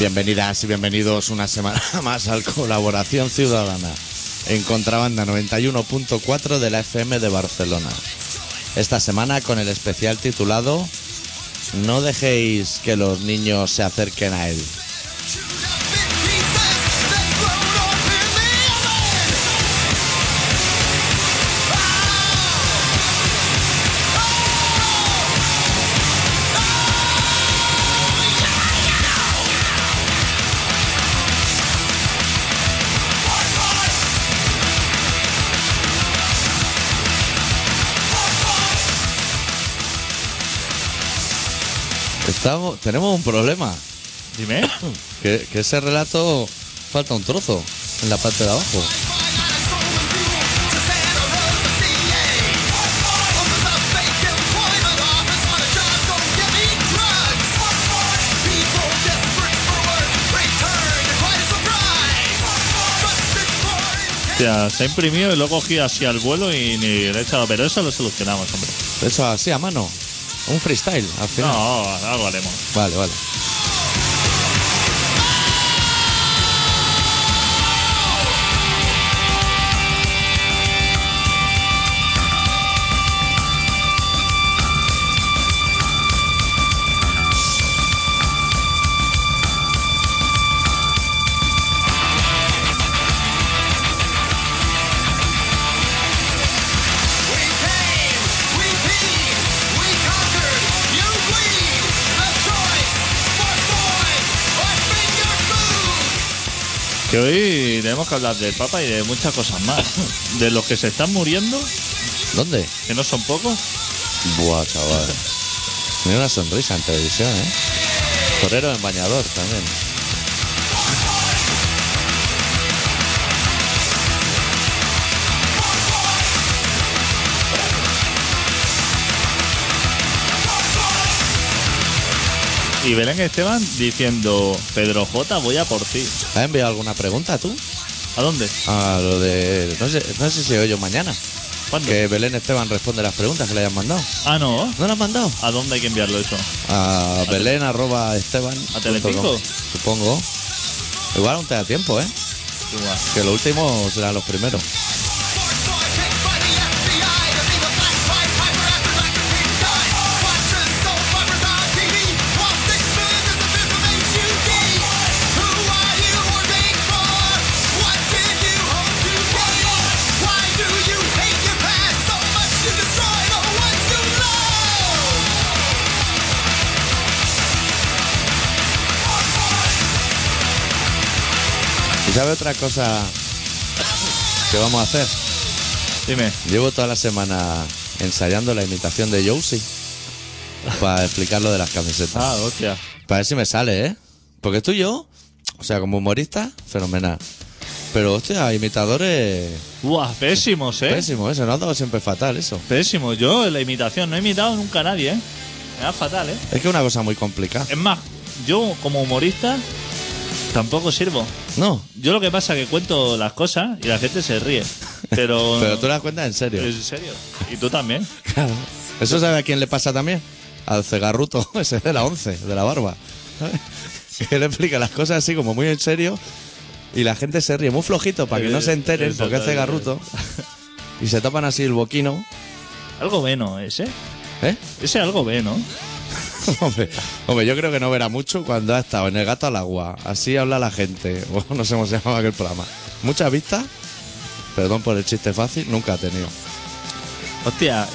Bienvenidas y bienvenidos una semana más al Colaboración Ciudadana en Contrabanda 91.4 de la FM de Barcelona. Esta semana con el especial titulado No dejéis que los niños se acerquen a él. Tenemos un problema. Dime. Que ese relato falta un trozo en la parte de abajo. Hostia, se ha imprimido y lo he cogido así al vuelo y ni le he echado. Pero eso lo solucionamos, hombre. Eso así a mano. Un freestyle al final. No, algo haremos. Vale. Que hoy tenemos que hablar del Papa y de muchas cosas más. De los que se están muriendo, ¿Dónde? que no son pocos. Buah, chaval. Mira una sonrisa en televisión, ¿eh? Torero en bañador también. Y Belén Esteban diciendo: Pedro J, voy a por ti. ¿Has enviado alguna pregunta tú? ¿A dónde? A lo de... No sé si hoy o mañana. ¿Cuándo? Que Belén Esteban responde las preguntas que le hayan mandado. Ah, no. ¿No las han mandado? ¿A dónde hay que enviarlo eso? A Belén@esteban. ¿A Telecinco? Supongo. Igual aún te da tiempo, ¿eh? Igual. Que los últimos serán los primeros. ¿Y sabe otra cosa que vamos a hacer? Dime. Llevo toda la semana ensayando la imitación de Josie para explicar lo de las camisetas. Ah, hostia. Para ver si me sale, ¿eh? Porque tú y yo, o sea, como humorista, fenomenal. Pero, hostia, imitadores... Buah, pésimos, ¿eh? Pésimo, eso. Nos ha dado siempre fatal, eso. Pésimo. Yo en la imitación no he imitado nunca a nadie, ¿eh? Me da fatal, ¿eh? Es que es una cosa muy complicada. Es más, yo como humorista tampoco sirvo. No, Yo lo que pasa es que cuento las cosas y la gente se ríe. Pero... pero tú las cuentas en serio. ¿En serio? ¿Y tú también? Claro. ¿Eso sabe a quién le pasa también? Al cegarruto, ese de la 11, de la barba. ¿Sabes? Que le explica las cosas así como muy en serio y la gente se ríe muy flojito para que no se enteren porque es cegarruto. Y se tapan así el boquino. Algo ve, ¿no? Ese. ¿Eh? Ese algo ve, ¿no? Hombre, yo creo que no verá mucho cuando ha estado en El Gato al Agua. Así habla la gente. O no sé cómo se llamaba aquel programa. Muchas vistas, perdón por el chiste fácil, nunca ha tenido. Hostia,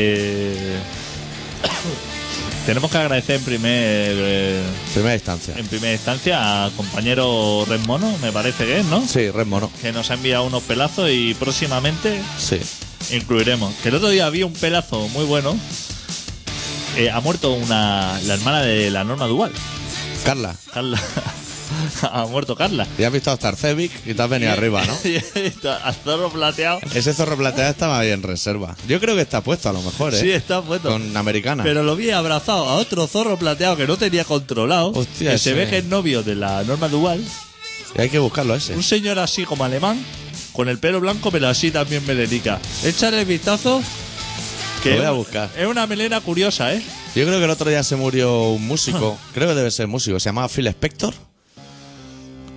tenemos que agradecer Primera instancia. en primera instancia a compañero Red Mono, me parece que es, ¿no? Sí, Red Mono. Que nos ha enviado unos pelazos y próximamente Sí. incluiremos. Que el otro día había un pelazo muy bueno. Ha muerto la hermana de la Norma Duval, Carla, Carla. Ha muerto Carla. ya has visto a Starcevic y te has venido arriba, ¿no? A Zorro Plateado. Ese zorro plateado estaba ahí en reserva. Yo creo que está puesto a lo mejor, ¿eh? Sí, está puesto. Con americana. Pero lo vi abrazado a otro zorro plateado que no tenía controlado. Hostia, que se ese. ve que es novio de la Norma Duval. Y hay que buscarlo a ese. Un señor así como alemán, con el pelo blanco, pero así también melenica. Échale el vistazo. Que Lo voy a buscar. Es una melena curiosa, ¿eh? Yo creo que el otro día se murió un músico. Creo que debe ser músico. Se llamaba Phil Spector.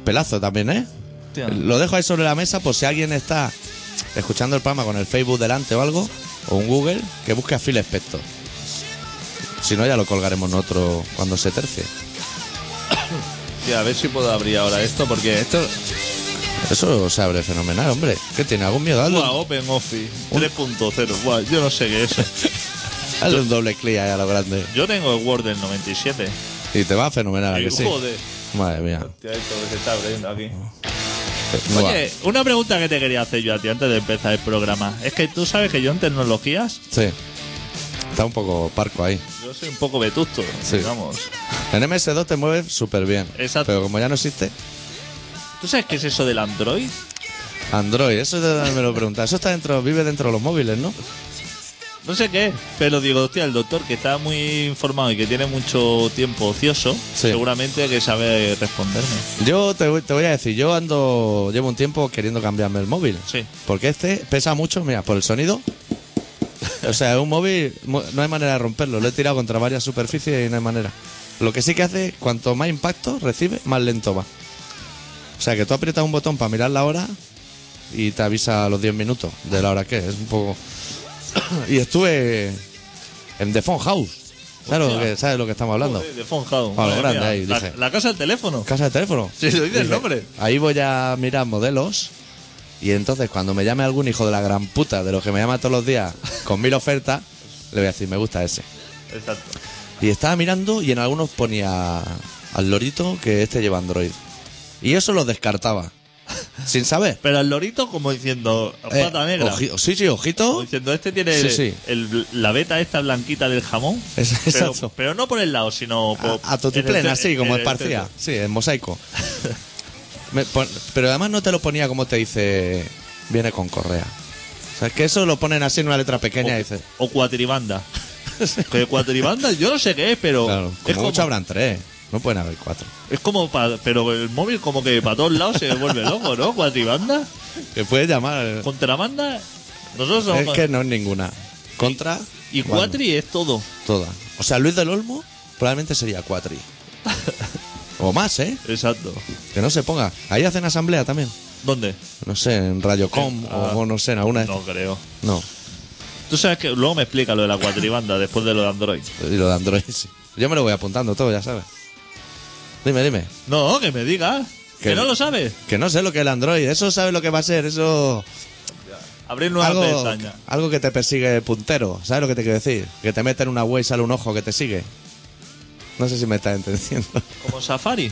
Pelazo también, ¿eh? Hostia. Lo dejo ahí sobre la mesa por si alguien está escuchando el programa con el Facebook delante o algo, o un Google, que busque a Phil Spector. Si no, ya lo colgaremos nosotros cuando se tercie. Tía, a ver si puedo abrir ahora esto, porque esto... Eso se abre fenomenal, hombre. ¿Qué tiene? ¿Algún miedo? Hazle, Buah, OpenOffice 3.0. Buah, yo no sé qué es eso. hazle un doble clic ahí a lo grande. Yo tengo el Word del 97. Y te va fenomenal, ¿a que sí? Joder. Madre mía. Hostia, esto que se está abriendo aquí. Buah. Oye, una pregunta que te quería hacer yo a ti antes de empezar el programa. Es que tú sabes que yo en tecnologías, Sí. Está un poco parco ahí. yo soy un poco vetusto, Sí. digamos. En MS2 te mueves súper bien. Exacto. Pero como ya no existe, ¿Tú sabes qué es eso del Android? Android, eso me lo preguntas. Eso está dentro, vive dentro de los móviles, ¿no? No sé qué, pero digo, hostia, el doctor que está muy informado y que tiene mucho tiempo ocioso, Sí. seguramente que sabe responderme. Yo te voy a decir, llevo un tiempo queriendo cambiarme el móvil. Sí. Porque este pesa mucho, mira, por el sonido. O sea, es un móvil, no hay manera de romperlo. Lo he tirado contra varias superficies y no hay manera. Lo que sí que hace, cuanto más impacto recibe, más lento va. O sea, que tú aprietas un botón para mirar la hora y te avisa a los 10 minutos de la hora que es un poco... Y estuve en The Phone House. Hostia. ¿Sabes lo que estamos hablando? Joder, de Phone House. A lo Madre grande mía. ahí, dije. La casa del teléfono. Casa de teléfono. Sí, lo dice el Dije, nombre. ahí voy a mirar modelos. Y entonces cuando me llame algún hijo de la gran puta, de los que me llama todos los días con 1000 ofertas, le voy a decir, me gusta ese. Exacto. Y estaba mirando y en algunos ponía al lorito que este lleva Android. Y eso lo descartaba. Sin saber. Pero el lorito como diciendo, pata negra. Sí, Como ojito. diciendo, este tiene Sí, sí. la beta esta blanquita del jamón. Exacto. Pero no por el lado, sino por... A totiplén, en el- así, como en el esparcía. centro. Sí, en mosaico. Pero además no te lo ponía como te dice, viene con correa. O sea, es que eso lo ponen así en una letra pequeña y dice, O cuatribanda. Que cuatribanda, yo no sé qué es, pero... claro, es como mucho habrán 3. No pueden haber 4. Es como pero el móvil como que para todos lados se vuelve loco, ¿no? Cuatribanda, Que puedes llamar. contrabanda, nosotros somos... Es que no es ninguna. Contra. Y bueno, cuatri es todo. toda. O sea, Luis del Olmo probablemente sería cuatri. O más, ¿eh? Exacto. Que no se ponga. Ahí hacen asamblea también. ¿Dónde? No sé, en Radiocom o no sé, en alguna de No creo. No. Tú sabes que luego me explica lo de la cuatribanda después de lo de Android. Y lo de Android, sí. Yo me lo voy apuntando todo, ya sabes. Dime. No, que me digas. Que- Que no lo sabes. Que no sé lo que es el Android. Eso sabes lo que va a ser. Eso. Abrir nueva pestaña. Algo que te persigue el puntero. ¿Sabes lo que te quiero decir? Que te mete en una web y sale un ojo que te sigue. No sé si me estás entendiendo. Como Safari.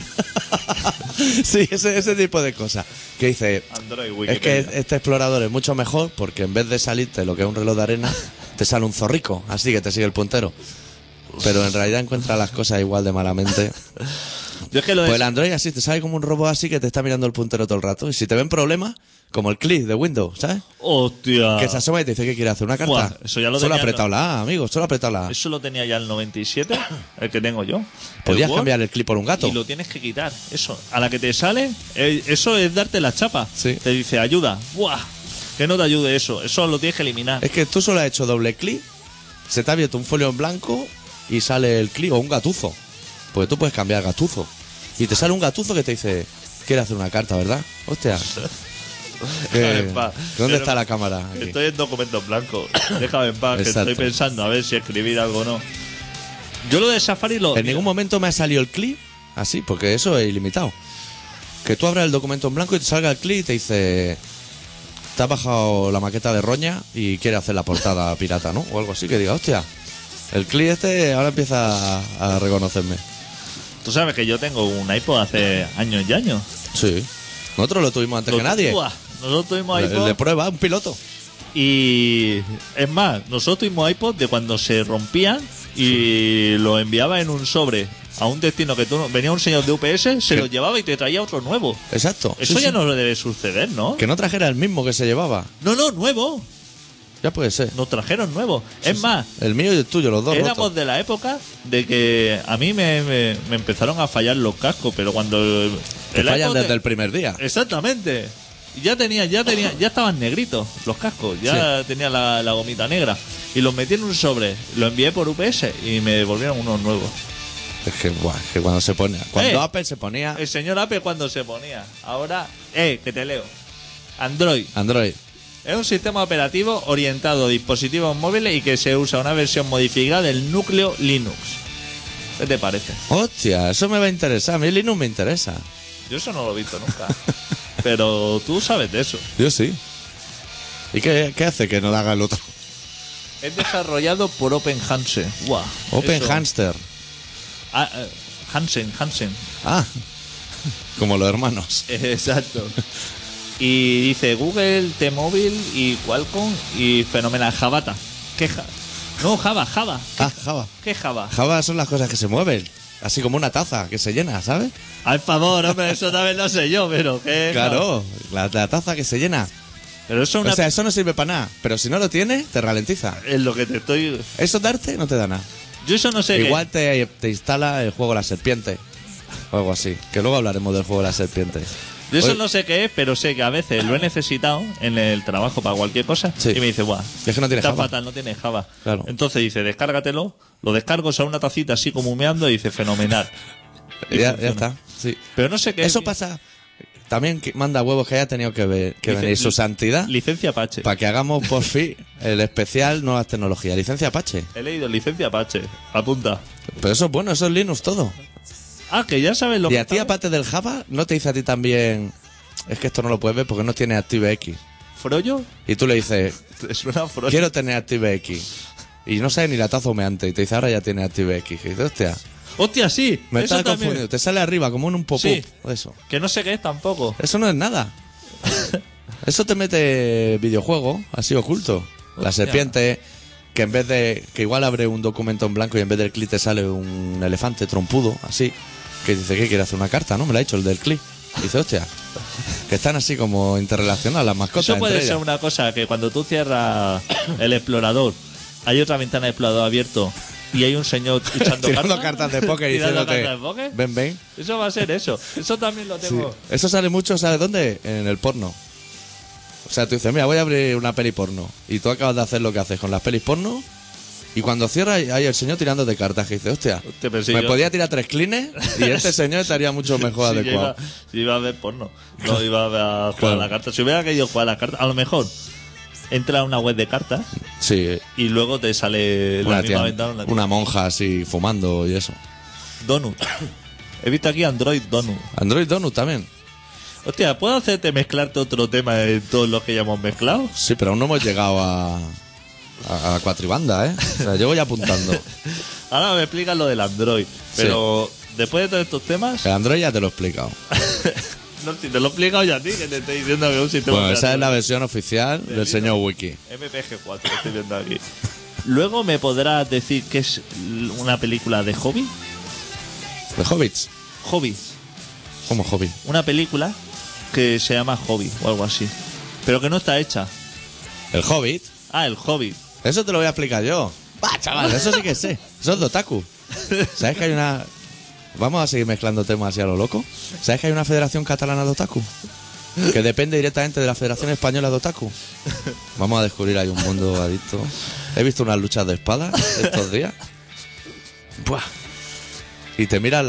Sí, ese tipo de cosas. Que dice, Android, es que Wikipedia. este explorador es mucho mejor porque en vez de salirte lo que es un reloj de arena, te sale un zorrico, así que te sigue el puntero. Pero en realidad encuentra las cosas igual de malamente. Yo es que lo de... Pues el Android así te sale como un robot así que te está mirando el puntero todo el rato. Y si te ven problemas, como el click de Windows, ¿sabes? Hostia. Que se asoma y te dice que quiere hacer una carta. Buah, eso ya lo Solo tenía, apretado la A, amigo, solo apretado la A. Eso lo tenía ya el 97, el que tengo yo. Podías El Word, cambiar el clip por un gato. y lo tienes que quitar. Eso, a la que te sale, eso es darte la chapa. Sí. Te dice, ayuda. ¡Buah! Que no te ayude eso. Eso lo tienes que eliminar. Es que tú solo has hecho doble clic, se te ha abierto un folio en blanco y sale el clic o un gatuzo. Porque tú puedes cambiar gatuzo. Y te sale un gatuzo que te dice, quiere hacer una carta, ¿verdad? Hostia. Déjame en paz. ¿Dónde Pero- está la cámara? Aquí. Estoy en documentos blancos. Déjame en paz, que Exacto. estoy pensando a ver si escribir algo o no. Yo lo de Safari lo... En ningún momento me ha salido el clic así, porque eso es ilimitado. Que tú abras el documento en blanco y te salga el clic y te dice, te has bajado la maqueta de Roña y quiere hacer la portada pirata, ¿no? O algo así, que diga, hostia, el clic este ahora empieza a reconocerme. Tú sabes que yo tengo un iPod hace años y años. Sí. Nosotros lo tuvimos antes que nadie. Buah, nosotros tuvimos El iPod. de prueba, un piloto. Y es más, nosotros tuvimos iPod de cuando se rompían y lo enviaba en un sobre a un destino que tú venía un señor de UPS, se ¿Qué? lo llevaba y te traía otro nuevo. Exacto. Eso Sí, ya sí. no debe suceder, ¿no? Que no trajera el mismo que se llevaba. No, nuevo. Ya puede ser. Nos trajeron nuevo. Es más, El mío y el tuyo, los dos éramos rotos. de la época de que a mí me empezaron a fallar los cascos, pero cuando Te fallan iPod desde el primer día. Exactamente. Y ya estaban negritos los cascos, ya tenía la gomita negra. Y los metí en un sobre, lo envié por UPS y me devolvieron unos nuevos. Es que, buah, es que cuando se pone... Cuando Apple se ponía... El señor Apple cuando se ponía. Ahora, que te leo. Android. Android. Es un sistema operativo orientado a dispositivos móviles y que se usa una versión modificada del núcleo Linux. ¿Qué te parece? Hostia, eso me va a interesar. A mí Linux me interesa. Yo eso no lo he visto nunca. Pero tú sabes de eso. Yo sí. ¿Y qué hace que no haga el otro? Es desarrollado por Open Hansen. Guau, Open eso. Hamster. Hansen. Ah, como los hermanos. Exacto. Y dice Google, T-Mobile y Qualcomm y Fenomenal Javata. No, Java. Ah, Java. ¿Qué Java? Java son las cosas que se mueven. Así como una taza que se llena, ¿sabes? Al favor, hombre, eso también lo sé yo, pero ¿qué? Claro, la taza que se llena. Pero eso O sea, eso no sirve para nada. Pero si no lo tienes, te ralentiza. es lo que te estoy... Eso darte no te da nada. Yo eso no sé Igual te instala el juego La Serpiente. O algo así. Que luego hablaremos del juego La Serpiente. Yo eso Oye, no sé qué es, pero sé que a veces lo he necesitado en el trabajo para cualquier cosa. Sí. Y me dice, guau, Es que no tiene está Java. fatal, no tiene Java. Claro. Entonces dice, descárgatelo. Lo descargo, sale una tacita así como humeando y dice, fenomenal. Y ya funciona. está. Sí. Pero no sé qué Eso es. pasa. También que manda huevos que haya tenido que venir su santidad Licencia Apache. para que hagamos por fin el especial Nuevas Tecnologías. Licencia Apache. He leído licencia Apache. Apunta. Pero eso es bueno, eso es Linux todo. Ah, que ya sabes lo Y que a ti, estaba- aparte del Java, ¿no te dice a ti también? Es que esto no lo puedes ver porque no tiene ActiveX. ¿Frollo? Y tú le dices, ¿Te suena a Frollo? quiero tener ActiveX. Y no sabe ni la taza humeante. Y te dice, ahora ya tiene ActiveX. Y dices, hostia, Hostia, sí. me eso estás también. confundiendo. Te sale arriba como en un pop-up. Sí. Eso. Que no sé qué es tampoco. Eso no es nada. Eso te mete videojuego, así oculto. La Hostia. serpiente, que en vez de. Que igual abre un documento en blanco y en vez del clic te sale un elefante trompudo, así. Que dice que quiere hacer una carta, ¿no? Me la ha hecho el del clic. Dice, hostia. Que están así como interrelacionadas las mascotas. Eso puede entre ser ellas. una cosa que cuando tú cierras el explorador, hay otra ventana de explorador abierto y hay un señor echando Tirando cartas de póker y Tirando diciéndote. cartas de póker. Ven, ven. Eso va a ser eso. Eso también lo Sí. tengo. Eso sale mucho, ¿sabes dónde? En el porno. O sea, tú dices, mira, voy a abrir una peli porno. Y tú acabas de hacer lo que haces con las pelis porno. Y cuando cierras, hay el señor tirándote cartas que dice, hostia, Hostia, pero si me yo- podía tirar 3 clines y este señor estaría mucho mejor Si yo adecuado. iba a ver porno. No iba a jugar Claro. a la carta. Si hubiera querido jugar a la carta, a lo mejor entra a una web de cartas Sí, y luego te sale la una, misma tía- ventana. una monja así fumando y eso. Donut. He visto aquí Android Donut. Android Donut también. Hostia, ¿puedo hacerte mezclarte otro tema de todos los que ya hemos mezclado? Sí, pero aún no hemos llegado a cuatribanda, ¿eh? O sea, yo voy apuntando. Ahora me explicas lo del Android. Pero después de todos estos temas, El Android ya te lo he explicado. no, si te lo he explicado ya a ti, que te estoy diciendo que es un sistema Bueno, esa es la operativo. versión oficial del señor Wiki. MPG4, estoy viendo aquí. Luego me podrás decir que es una película de hobby. ¿De Hobbits? Hobby. ¿Cómo Hobbit? Una película que se llama Hobby o algo así. Pero que no está hecha. ¿El Hobbit? Ah, el Hobby. Eso te lo voy a explicar yo. Va, chaval, eso sí que sé. Eso es de otaku. ¿Sabes que hay una... Vamos a seguir mezclando temas así a lo loco. ¿Sabes que hay una Federación Catalana de Otaku? Que depende directamente de la Federación Española de Otaku. Vamos a descubrir ahí un mundo adicto. He visto unas luchas de espadas estos días. Buah. Y te miras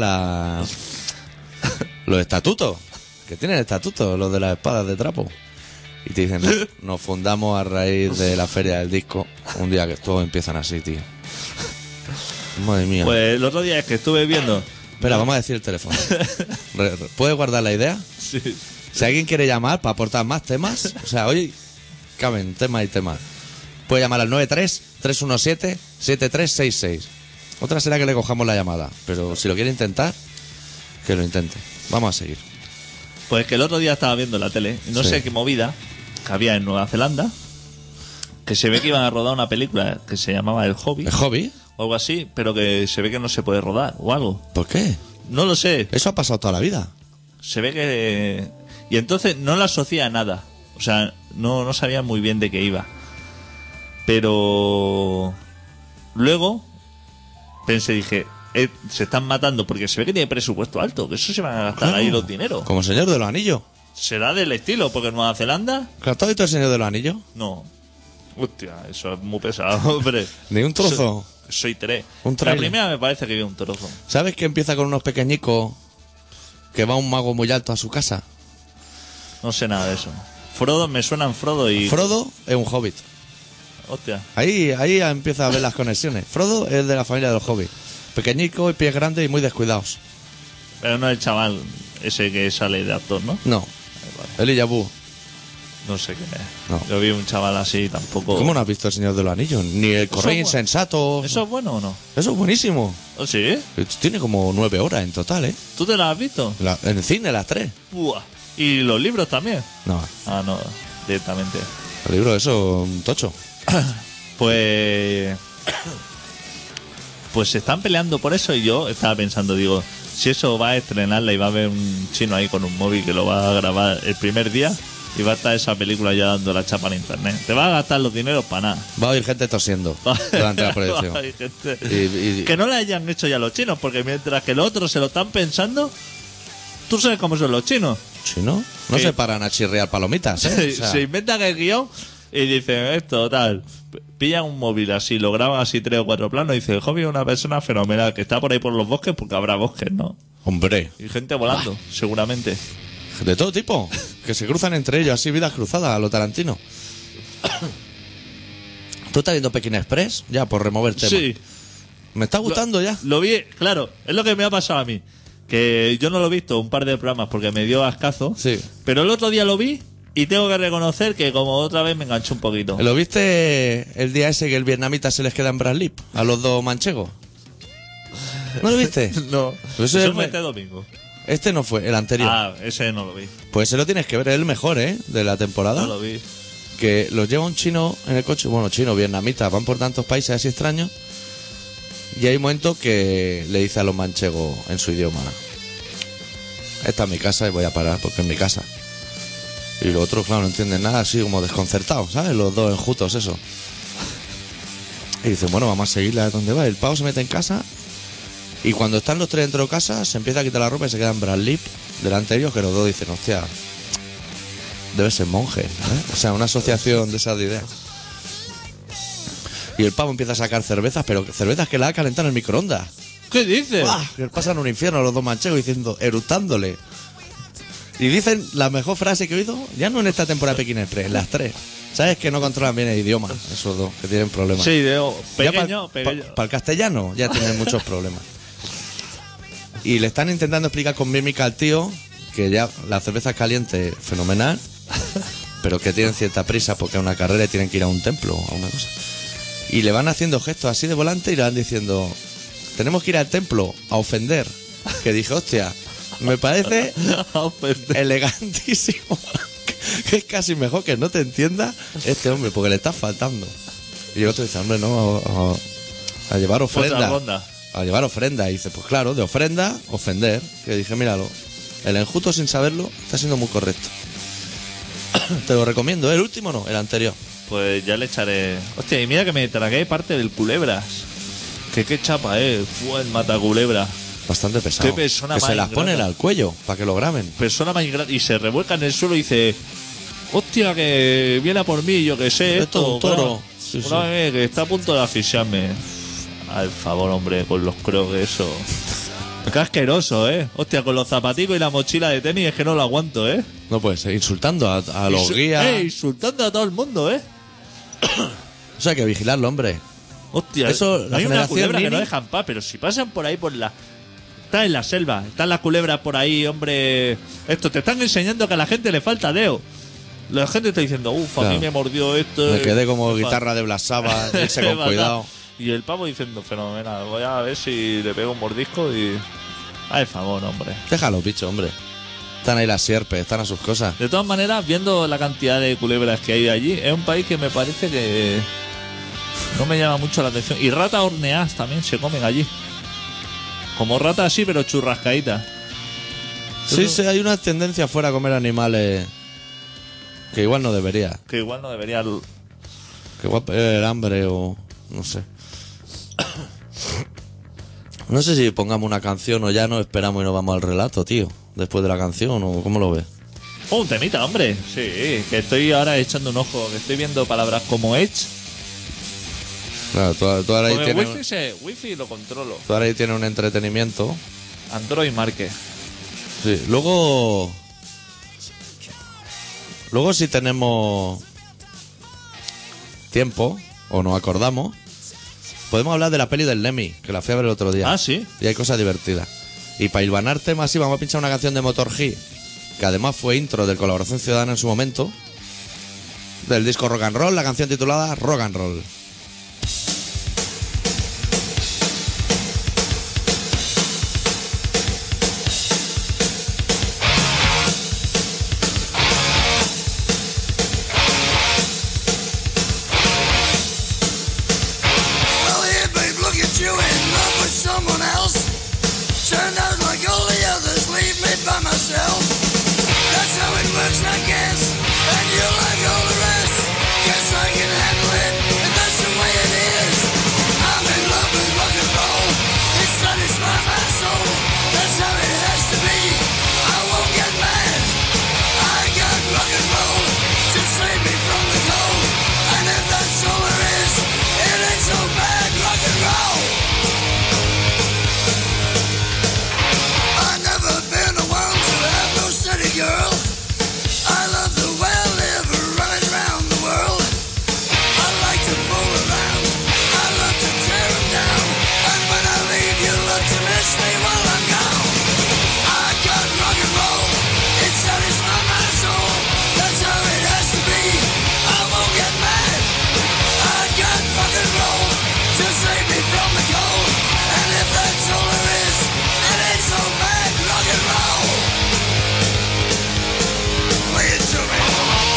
los estatutos. Que tienen estatutos, los de las espadas de trapo. Y te dicen, nos fundamos a raíz de la feria del disco. Un día que todos empiezan así, tío. Madre mía. Pues el otro día es que estuve viendo. Espera, vamos a decir el teléfono. ¿Puedes guardar la idea? Sí. Si alguien quiere llamar para aportar más temas, o sea, hoy caben temas y temas. Puede llamar al 93-317-7366. Otra será que le cojamos la llamada, pero si lo quiere intentar, que lo intente. Vamos a seguir. Pues que el otro día estaba viendo la tele y no Sí. sé qué movida que había en Nueva Zelanda, que se ve que iban a rodar una película que se llamaba El Hobby ¿El hobby? o algo así, pero que se ve que no se puede rodar o algo. ¿Por qué? No lo sé. Eso ha pasado toda la vida. Se ve que... Y entonces no la asocia a nada. O sea, no sabía muy bien de qué iba. Pero... Luego pensé, dije, se están matando porque se ve que tiene presupuesto alto, que eso se van a gastar ahí los dineros. Como Señor de los Anillos. ¿Será del estilo? Porque en Nueva Zelanda... Claro, ¿tú has visto el Señor de los Anillos? No. Hostia, eso es muy pesado, hombre. Ni un trozo. Soy 3. Un La tráiler. primera me parece que vi un trozo. ¿Sabes que empieza con unos pequeñicos que va un mago muy alto a su casa? No sé nada de eso. Frodo, me suenan Frodo y... Frodo es un hobbit. Hostia. Ahí empieza a ver las conexiones. Frodo es de la familia de los hobbits. Pequeñico y pies grandes y muy descuidados. Pero no el chaval ese que sale de actor, ¿no? No, Elijah Wood. No sé quién es. No. Yo vi un chaval así tampoco... ¿Cómo no has visto El Señor de los Anillos? Ni El Correo Eso es Insensato. ¿Eso es bueno o no? Eso es buenísimo. ¿Oh, sí? Tiene como 9 horas en total, ¿eh? ¿Tú te la has visto? En el cine, las 3. Buah. ¿Y los libros también? No, Ah, no, directamente. el libro de eso, un tocho. Pues... Pues se están peleando por eso y yo estaba pensando, digo, si eso va a estrenarla y va a haber un chino ahí con un móvil que lo va a grabar el primer día y va a estar esa película ya dando la chapa en internet. Te va a gastar los dineros para nada. Va a oír gente tosiendo durante la proyección. Hay gente- Y- Que no la hayan hecho ya los chinos, porque mientras que los otros se lo están pensando, tú sabes cómo son los chinos. ¿Chino? No Sí. se paran a chirriar palomitas, ¿eh? O sea, Se inventan el guión y dicen esto, tal. Pillan un móvil así, lo graban así 3 o 4 planos y dicen, el hobby es una persona fenomenal que está por ahí por los bosques porque habrá bosques, ¿no? hombre, Y gente volando, seguramente. de todo tipo. Que se cruzan entre ellos, así vidas cruzadas a lo Tarantino. ¿Tú estás viendo Pekín Express? Ya, por remover tema. Sí, Me está gustando ya. lo vi, claro, es lo que me ha pasado a mí. Que yo no lo he visto un par de programas porque me dio ascazo. Sí. Pero el otro día lo vi y tengo que reconocer que como otra vez me enganchó un poquito. ¿Lo viste el día ese que el vietnamita se les queda en Braslip? A los dos manchegos. ¿No lo viste? No, Pues eso ese fue me- este domingo. Este no fue, el anterior. Ah, ese no lo vi. Pues se lo tienes que ver, es el mejor, ¿eh? De la temporada. No lo vi. Que los lleva un chino en el coche, bueno, chino, vietnamita, van por tantos países así extraños. Y hay un momento que le dice a los manchegos en su idioma: esta es mi casa y voy a parar porque es mi casa. Y los otros, claro, no entienden nada, así como desconcertados, ¿sabes? Los dos enjutos, eso. Y dicen, bueno, vamos a seguirle a donde va. El pavo se mete en casa y cuando están los tres dentro de casa se empieza a quitar la ropa y se queda en Bradley delante de ellos, que los dos dicen, hostia, debe ser monje, ¿eh? O sea, una asociación de esas ideas. Y el pavo empieza a sacar cervezas, pero cervezas que la ha calentado en el microondas. ¿Qué dices? ¡Buah! Que pasan un infierno los dos manchegos diciendo, eructándole. Y dicen la mejor frase que he oído, ya no en esta temporada de Pekín Express, las 3. ¿Sabes que no controlan bien el idioma? Esos dos, que tienen problemas. Sí, Para pequeño. el castellano ya tienen muchos problemas. Y le están intentando explicar con mímica al tío que ya la cerveza es caliente, fenomenal, pero que tienen cierta prisa porque es una carrera y tienen que ir a un templo o a una cosa. Y le van haciendo gestos así de volante y le van diciendo, tenemos que ir al templo a ofender. Que dije, hostia, me parece elegantísimo. Que es casi mejor que no te entienda este hombre, porque le está faltando. Y el otro dice, hombre, no, a llevar Otra ofrenda. ronda. A llevar ofrenda. Y dice, pues claro, de ofrenda, ofender. Que dije, míralo, el enjuto sin saberlo está siendo muy correcto. Te lo recomiendo, el último no, el anterior. Pues ya le echaré. Hostia, y mira que me tragué parte del culebras. Que qué chapa, Fue el mataculebra. Bastante pesado. Qué persona que más se las ingrata. ponen al cuello para que lo graben. Persona más ingrata. Y se revuelca en el suelo y dice: hostia, que viene a por mí, yo que sé. Esto es un toro. Sí, sí. Grábame, que está a punto de asfixiarme. Al favor, hombre, con los crocs, eso. Qué asqueroso, Hostia, con los zapaticos y la mochila de tenis es que no lo aguanto, No puede ser, insultando a los guías. Insultando a todo el mundo, Eso hay que vigilarlo, hombre. Hostia, Eso, la hay una generación culebra que Nini- no dejan paz, pero si pasan por ahí por la... Estás en la selva, están las culebras por ahí, hombre. Esto te están enseñando que a la gente le falta deo. La gente está diciendo, a mí Claro. me mordió esto. Me quedé como Me guitarra de Blas Saba, irse Me con mata. cuidado. Y el pavo diciendo, fenomenal, voy a ver si le pego un mordisco y... Ay, favor, hombre. Déjalo, bicho, hombre. Están ahí las sierpes, están a sus cosas. De todas maneras, viendo la cantidad de culebras que hay allí, es un país que me parece que no me llama mucho la atención. Y ratas horneadas también se comen allí. Como ratas así, pero churrascaditas. Sí, sí, hay una tendencia afuera a comer animales que igual no debería. Que igual no debería... Que igual el hambre o... no sé. No sé si pongamos una canción o ya nos esperamos y nos vamos al relato, tío. Después de la canción, o ¿cómo lo ves? Oh, un temita, hombre. Sí, que estoy ahora echando un ojo. Que estoy viendo palabras como Edge. Claro, tú ahora ahí Porque tienes, wifi lo controlo. tú ahora ahí tienes un entretenimiento. Android Marque. Sí, luego si tenemos tiempo o nos acordamos, podemos hablar de la peli del Lemmy, que la fui a ver el otro día. Ah, sí. Y hay cosas divertidas. Y para hilvanar temas, sí, vamos a pinchar una canción de Motorhead, que además fue intro del Colaboración Ciudadana en su momento, del disco Rock and Roll, la canción titulada Rock and Roll. Well, here, babe, look at you in love with someone else. Turned out like all the others, leave me by myself. That's how it works, I guess. And you like all the rest. Guess I can handle it, and that's the way it is. I'm in love with rock and roll. It satisfies my soul. That's how it has to be. I won't get mad. I got rock and roll to save me from the cold. And if that's all there is, it ain't so bad, rock and roll. I've never been the one to have no steady girl. I love the way I live, running around the world. I like to fool around, I love to tear 'em down. And when I leave, you look to miss me while I'm gone. I got rock and roll, it satisfies my soul. That's how it has to be, I won't get mad. I got rock and roll to save me from the cold. And if that's all there is, it ain't so bad, rock and roll. Play it to me.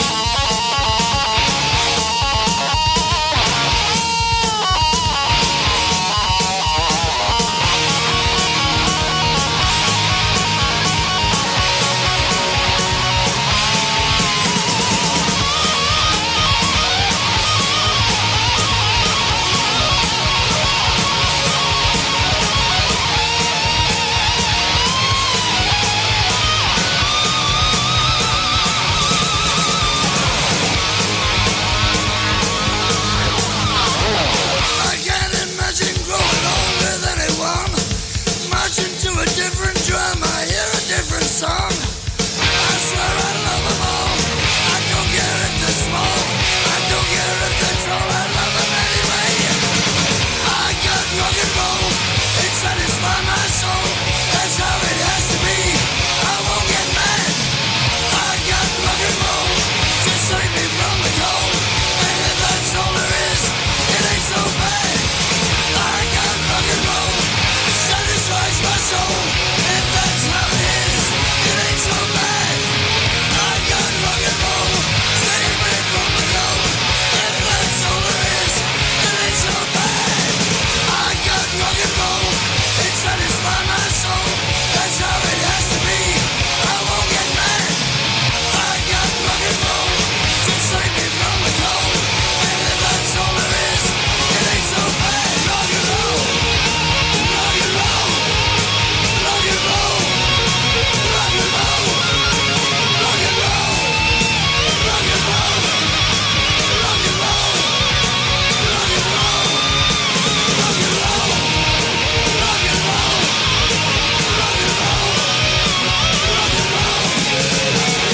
I can't imagine growing old with anyone. Marching to a different drum, I hear a different song. I swear I love them all. I don't care if they're small. I don't care if they're tall. I love them anyway. I got rock and roll. It satisfies my soul. That's how it has to be. I won't get mad. I got rock and roll to save me from the cold. And if that's all there is, it ain't so bad. I got rock and roll, it satisfies my soul. If that's how it is, it ain't so bad. I got rock and roll, save me from the cold. If that's all there is, it ain't so bad. I got rock and roll, it satisfies my soul. That's how it has to be. I won't get mad. I got rock and roll to save me from the cold. And if that's all there is, it ain't so bad. Rock and roll, rock and roll, rock and roll, rock and roll, rock and roll, rock and roll, rock and roll, rock and roll, rock and roll, rock and roll, rock and roll, rock and roll.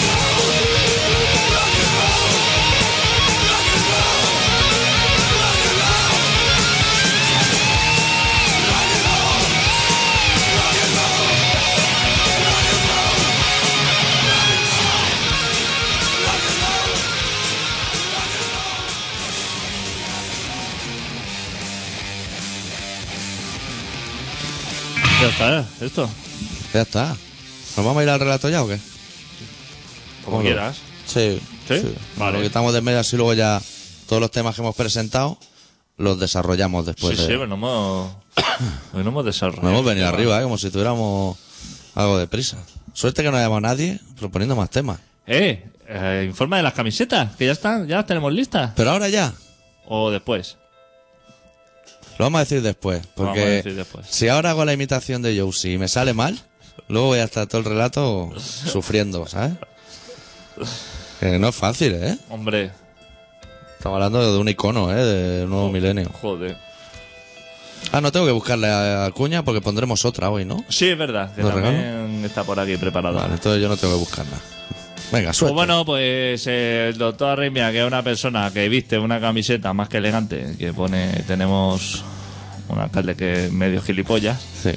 Ya está, esto. Ya está. ¿Nos vamos a ir al relato ya o qué? Como Bueno, quieras. Sí. ¿Sí? Vale. Lo quitamos de medio así luego ya todos los temas que hemos presentado los desarrollamos después. Sí, pero no hemos desarrollado. Nos hemos venido arriba, como si tuviéramos algo de prisa. Suerte que no hayamos nadie proponiendo más temas. Informa de las camisetas, que ya están, ya las tenemos listas. Pero ahora ya, O después. lo vamos a decir después. Lo vamos a Porque decir después. si ahora hago la imitación de Josie y me sale mal, luego voy a estar todo el relato sufriendo, ¿sabes? Que no es fácil, ¿eh? Hombre, Estamos hablando de un icono, de nuevo milenio. Joder. Ah, no tengo que buscarle a Cuña porque pondremos otra hoy, ¿no? Sí, es verdad, que ¿Lo también está por aquí preparada. Vale, entonces yo no tengo que buscar nada. Venga, Pues suerte. bueno, pues el doctor Arritmia, que es una persona que viste una camiseta más que elegante, que pone, tenemos un alcalde que es medio gilipollas, Sí.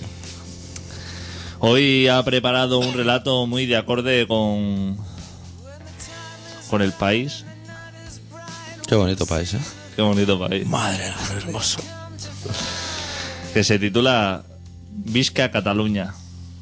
hoy ha preparado un relato muy de acorde con el país. Qué bonito país, ¿eh? Qué bonito país. Madre mía, hermoso. Que se titula Visca Cataluña.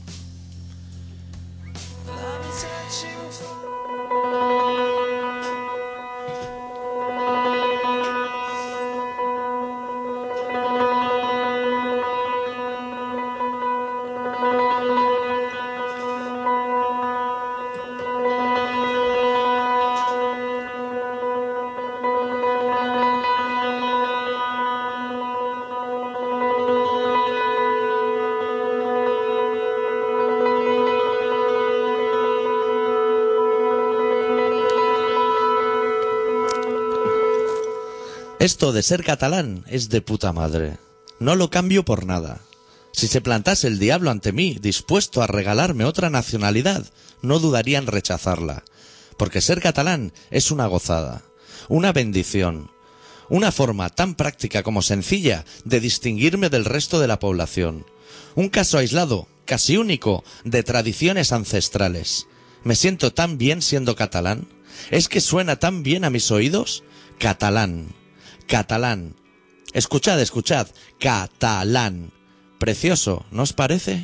Esto de ser catalán es de puta madre. No lo cambio por nada. Si se plantase el diablo ante mí, dispuesto a regalarme otra nacionalidad, no dudaría en rechazarla. Porque ser catalán es una gozada, una bendición, una forma tan práctica como sencilla de distinguirme del resto de la población. Un caso aislado, casi único, de tradiciones ancestrales. Me siento tan bien siendo catalán. ¿Es que suena tan bien a mis oídos? Catalán. Catalán. Escuchad, escuchad. Catalán. Precioso, ¿no os parece?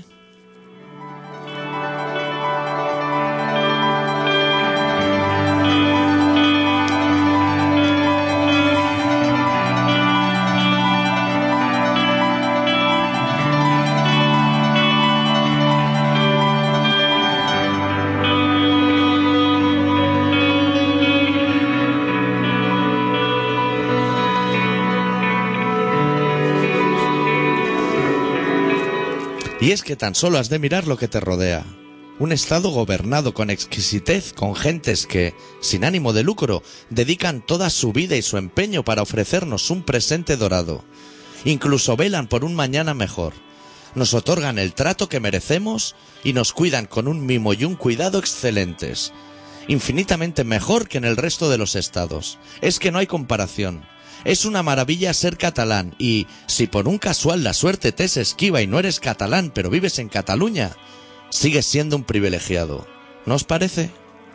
Y es que tan solo has de mirar lo que te rodea. Un estado gobernado con exquisitez, con gentes que, sin ánimo de lucro, dedican toda su vida y su empeño para ofrecernos un presente dorado. Incluso velan por un mañana mejor. Nos otorgan el trato que merecemos y nos cuidan con un mimo y un cuidado excelentes. Infinitamente mejor que en el resto de los estados. Es que no hay comparación. Es una maravilla ser catalán y, si por un casual la suerte te es esquiva y no eres catalán pero vives en Cataluña, sigues siendo un privilegiado. ¿No os parece?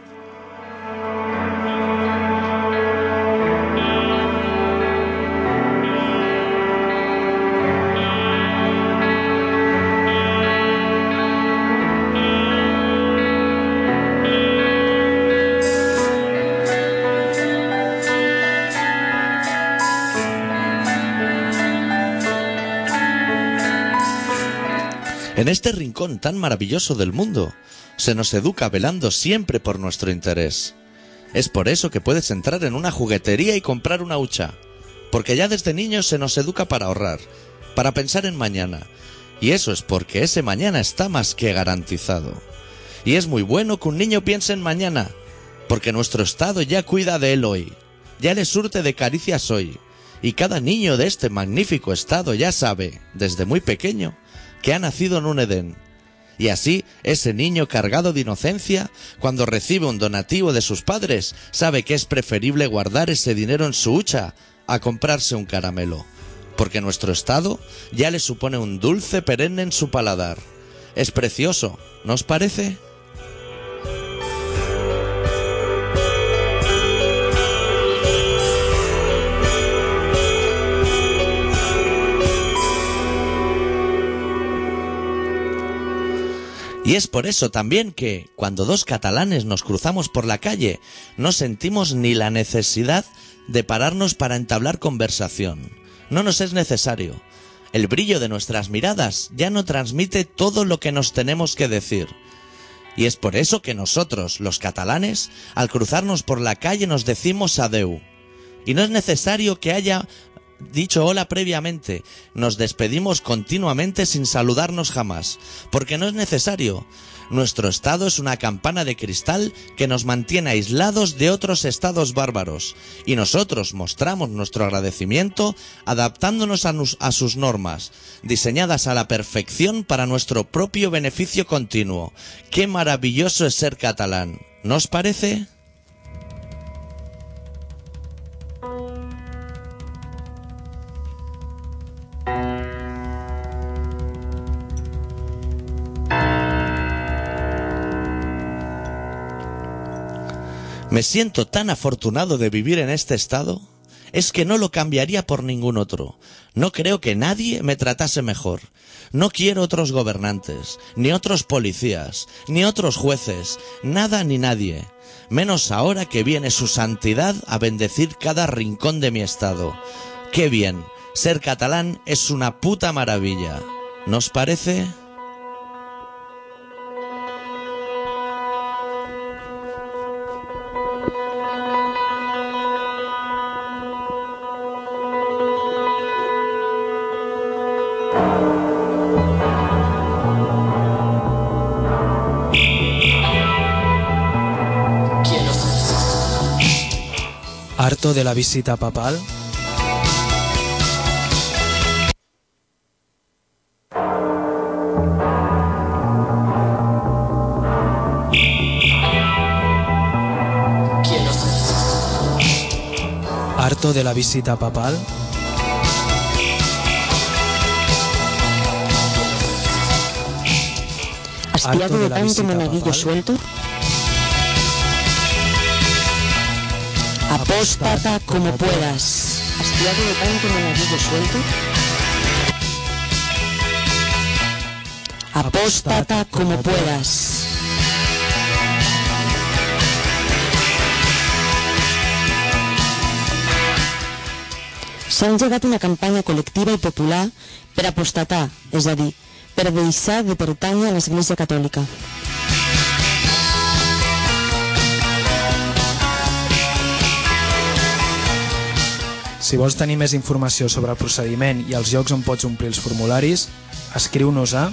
En este rincón tan maravilloso del mundo, se nos educa velando siempre por nuestro interés. Es por eso que puedes entrar en una juguetería y comprar una hucha, porque ya desde niños se nos educa para ahorrar, para pensar en mañana, y eso es porque ese mañana está más que garantizado. Y es muy bueno que un niño piense en mañana, porque nuestro Estado ya cuida de él hoy, ya le surte de caricias hoy, y cada niño de este magnífico Estado ya sabe, desde muy pequeño, que ha nacido en un Edén. Y así, ese niño cargado de inocencia, cuando recibe un donativo de sus padres, sabe que es preferible guardar ese dinero en su hucha a comprarse un caramelo, porque nuestro Estado ya le supone un dulce perenne en su paladar. Es precioso, ¿no os parece? Y es por eso también que, cuando dos catalanes nos cruzamos por la calle, no sentimos ni la necesidad de pararnos para entablar conversación. No nos es necesario. El brillo de nuestras miradas ya no transmite todo lo que nos tenemos que decir. Y es por eso que nosotros, los catalanes, al cruzarnos por la calle nos decimos adeu. Y no es necesario que haya dicho hola previamente, nos despedimos continuamente sin saludarnos jamás, porque no es necesario. Nuestro estado es una campana de cristal que nos mantiene aislados de otros estados bárbaros, y nosotros mostramos nuestro agradecimiento adaptándonos a sus normas, diseñadas a la perfección para nuestro propio beneficio continuo. ¡Qué maravilloso es ser catalán! ¿No os parece? Me siento tan afortunado de vivir en este estado, es que no lo cambiaría por ningún otro. No creo que nadie me tratase mejor. No quiero otros gobernantes, ni otros policías, ni otros jueces, nada ni nadie. Menos ahora que viene su santidad a bendecir cada rincón de mi estado. ¡Qué bien! Ser catalán es una puta maravilla. ¿No os parece? ¿Harto de la visita papal? ¿Harto de la visita papal? ¿Hastiado de tanto visita monaguillo papal? suelto? Apóstata como puedas. ¿Hastiado de tanto monaguillo suelto? Apóstata como puedas. S'ha engegat una campanya col·lectiva i popular per apostatar, és a dir, per deixar de pertànyer a l'Església Catòlica. Si vols tenir més informació sobre el procediment i els llocs on pots omplir els formularis, escriu-nos a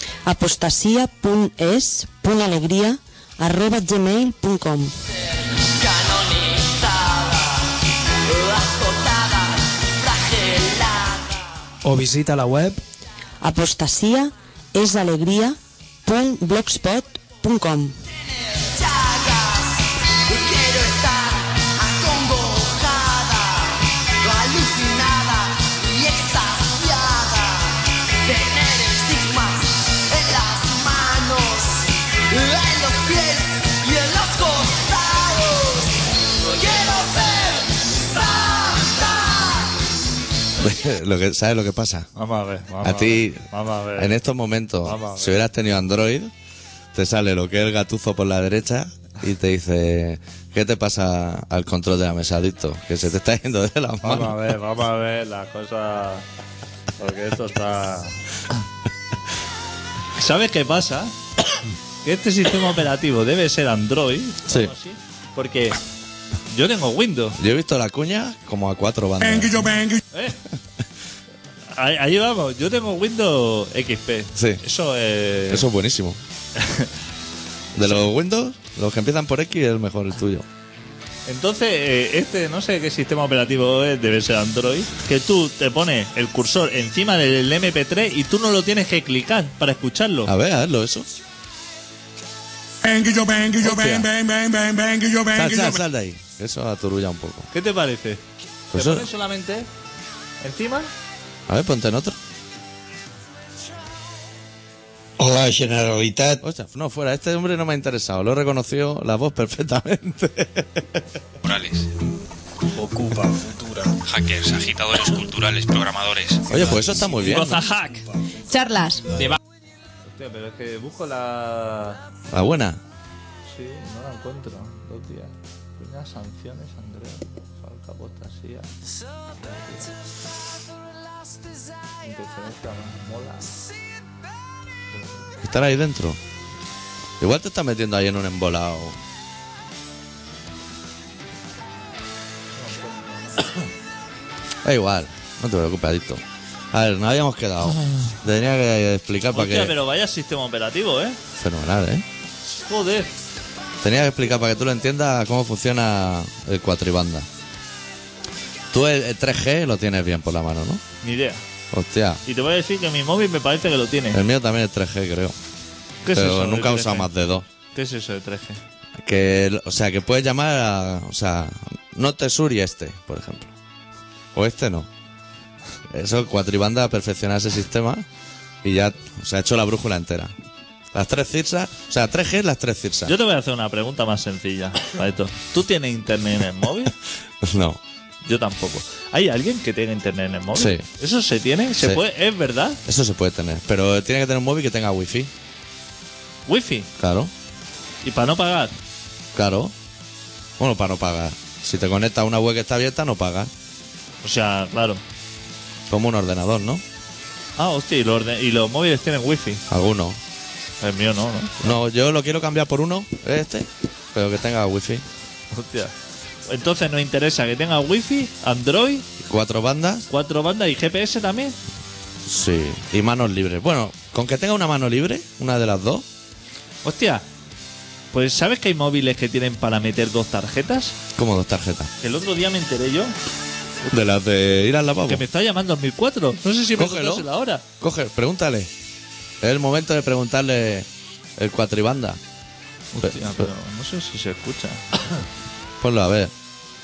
apostasia.es.alegria@gmail.com. o visita la web apostasia.esalegria.blogspot.com. Quiero estar acongojada, alucinada y extasiada, tener estigmas en las manos, en los pies y en los costados. Quiero ser santa. ¿Sabes lo que pasa? Vamos a ver. A ti, Vamos a ver. en estos momentos, Vamos a ver. si hubieras tenido Android, te sale lo que es el gatuzo por la derecha y te dice, ¿qué te pasa al control de la mesa, adicto? Que se te está yendo de las Vamos manos. vamos a ver las cosas. Porque esto está. ¿Sabes qué pasa? Que este sistema operativo debe ser Android. Sí. algo así, porque yo tengo Windows. Yo he visto la cuña como a 4 bandas. ¿eh? Ahí vamos. Yo tengo Windows XP. Sí. Eso es. Eso es buenísimo. De los Windows, los que empiezan por X es el mejor, el tuyo. Entonces, no sé qué sistema operativo es, debe ser Android, que tú te pones el cursor encima del MP3 y tú no lo tienes que clicar para escucharlo. A ver, hazlo eso. Sal de ahí. Eso aturulla un poco. ¿Qué te parece? Pues ¿Te eso- pones solamente encima? A ver, ponte en otro. La Generalitat Hostia, no, fuera. Este hombre no me ha interesado. Lo he reconocido la voz perfectamente. Morales, ocupa futura. hackers, agitadores culturales, programadores. Oye, pues eso está muy bien, ¿no? Goza hack. Charlas. Hostia, pero es que busco la... La buena. Sí, no la encuentro. 2 días. Cuñas, sanciones, Andrea. Falca, apostasía. Interferencia, mola. Estar ahí dentro. Igual te estás metiendo ahí en un embolado. Da igual. No te preocupes, adicto. A ver, no habíamos quedado. Tenía que explicar para Hostia, que... pero vaya sistema operativo, ¿eh? Fenomenal, ¿eh? Joder. Tenía que explicar para que tú lo entiendas cómo funciona el cuatribanda. Tú el 3G lo tienes bien por la mano, ¿no? Ni idea. Hostia, Y te voy a decir que mi móvil me parece que lo tiene. el mío también es 3G, creo. ¿Qué es Pero eso? nunca he de usado 3G? más de 2. ¿Qué es eso de 3G? Que, o sea, que puedes llamar a... O sea, Norte, Sur y Este, por ejemplo. O Este no. Eso, cuatribanda, perfeccionar ese sistema y ya se ha hecho la brújula entera. Las 3 cirsas, o sea, 3G las 3 cirsas. Yo te voy a hacer una pregunta más sencilla para esto. ¿Tú tienes internet en el móvil? No, Yo tampoco. ¿Hay alguien que tenga internet en el móvil? Sí. ¿Eso se tiene? ¿Se Sí. puede? ¿Es verdad? eso se puede tener. Pero tiene que tener un móvil que tenga wifi. ¿Wifi? Claro, ¿Y para no pagar? claro. Bueno, para no pagar. Si te conectas a una web que está abierta, no pagas. O sea, claro. Como un ordenador, ¿no? Ah, hostia, y los móviles tienen wifi. Algunos. El mío no, ¿no? No, yo lo quiero cambiar por uno, pero que tenga wifi. Hostia. Entonces nos interesa que tenga wifi, Android, 4 bandas, 4 bandas y GPS también. sí. Y manos libres. Bueno, con que tenga una mano libre, una de las dos. Hostia, pues ¿sabes que hay móviles que tienen para meter 2 tarjetas? Como 2 tarjetas. El otro día me enteré yo De las de ir al lavabo. que me está llamando al 1004. No sé si me Cógelo. contaste la hora. Coge, pregúntale. Es el momento de preguntarle el cuatribanda. Hostia, pero no sé si se escucha. Ponlo a ver.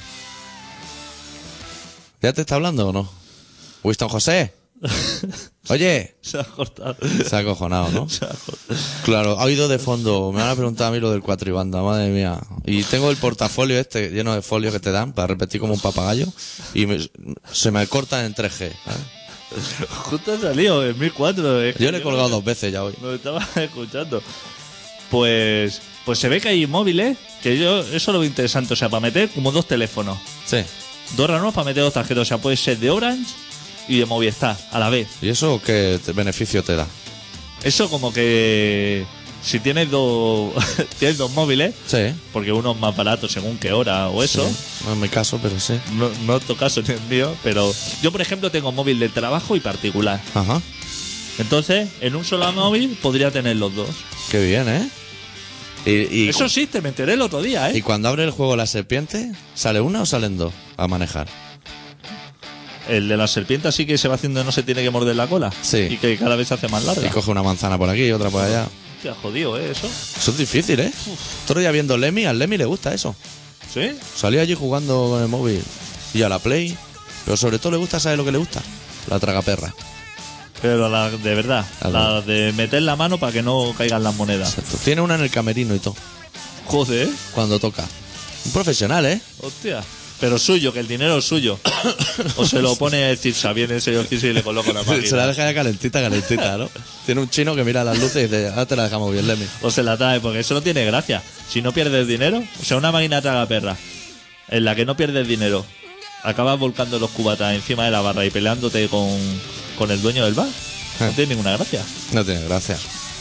¿Ya te está hablando o no? Winston José. Oye, Se ha cortado. se ha acojonado, ¿no? Se ha cortado. Claro, ha oído de fondo. Me van a preguntar a mí lo del cuatribanda, madre mía. Y tengo el portafolio este lleno de folios que te dan para repetir como un papagayo. Y se me cortan en 3G. ¿sabes? Justo ha salido en 1004. Es que Yo le he colgado 2 veces ya hoy. Lo estaba escuchando. Pues se ve que hay móviles que eso es lo interesante. O sea, para meter como 2 teléfonos. Sí. 2 ranuras para meter 2 tarjetas. O sea, puede ser de Orange y de Movistar a la vez. ¿Y eso qué beneficio te da? Eso como que si tienes tienes 2 móviles, Sí. porque uno es más barato según qué hora o eso. Sí. No es mi caso, pero sí. No en tu caso ni el mío, pero yo por ejemplo tengo móvil de trabajo y particular. Ajá. Entonces, en un solo móvil podría tener los 2. Qué bien, ¿eh? Y Eso existe, me enteré el otro día, ¿eh? y cuando abre el juego la serpiente, ¿sale una o salen 2 a manejar? El de la serpiente así que se va haciendo, no se tiene que morder la cola. Sí. Y que cada vez se hace más larga. Y coge una manzana por aquí y otra por allá. Hostia, jodido, ¿eh? Eso. Eso es difícil, ¿eh? Otro día viendo Lemmy, al Lemmy le gusta eso. ¿Sí? Salió allí jugando con el móvil y a la Play. Pero sobre todo le gusta, ¿sabes lo que le gusta? La tragaperra. Pero la de verdad. Claro. La de meter la mano para que no caigan las monedas. Exacto. Tiene una en el camerino y todo, Joder. cuando toca. Un profesional, ¿eh? Hostia. Pero suyo, que el dinero es suyo. O se lo pone el Cirsa, viene el señor Cirsa y le coloca una máquina. Se la deja ya calentita, ¿no? Tiene un chino que mira las luces y dice, ahora te la dejamos bien, Lemmy. O se la trae, porque eso no tiene gracia. Si no pierdes dinero, o sea, una máquina traga perra en la que no pierdes dinero, acabas volcando los cubatas encima de la barra y peleándote con el dueño del bar. No tiene ninguna gracia. No tiene gracia.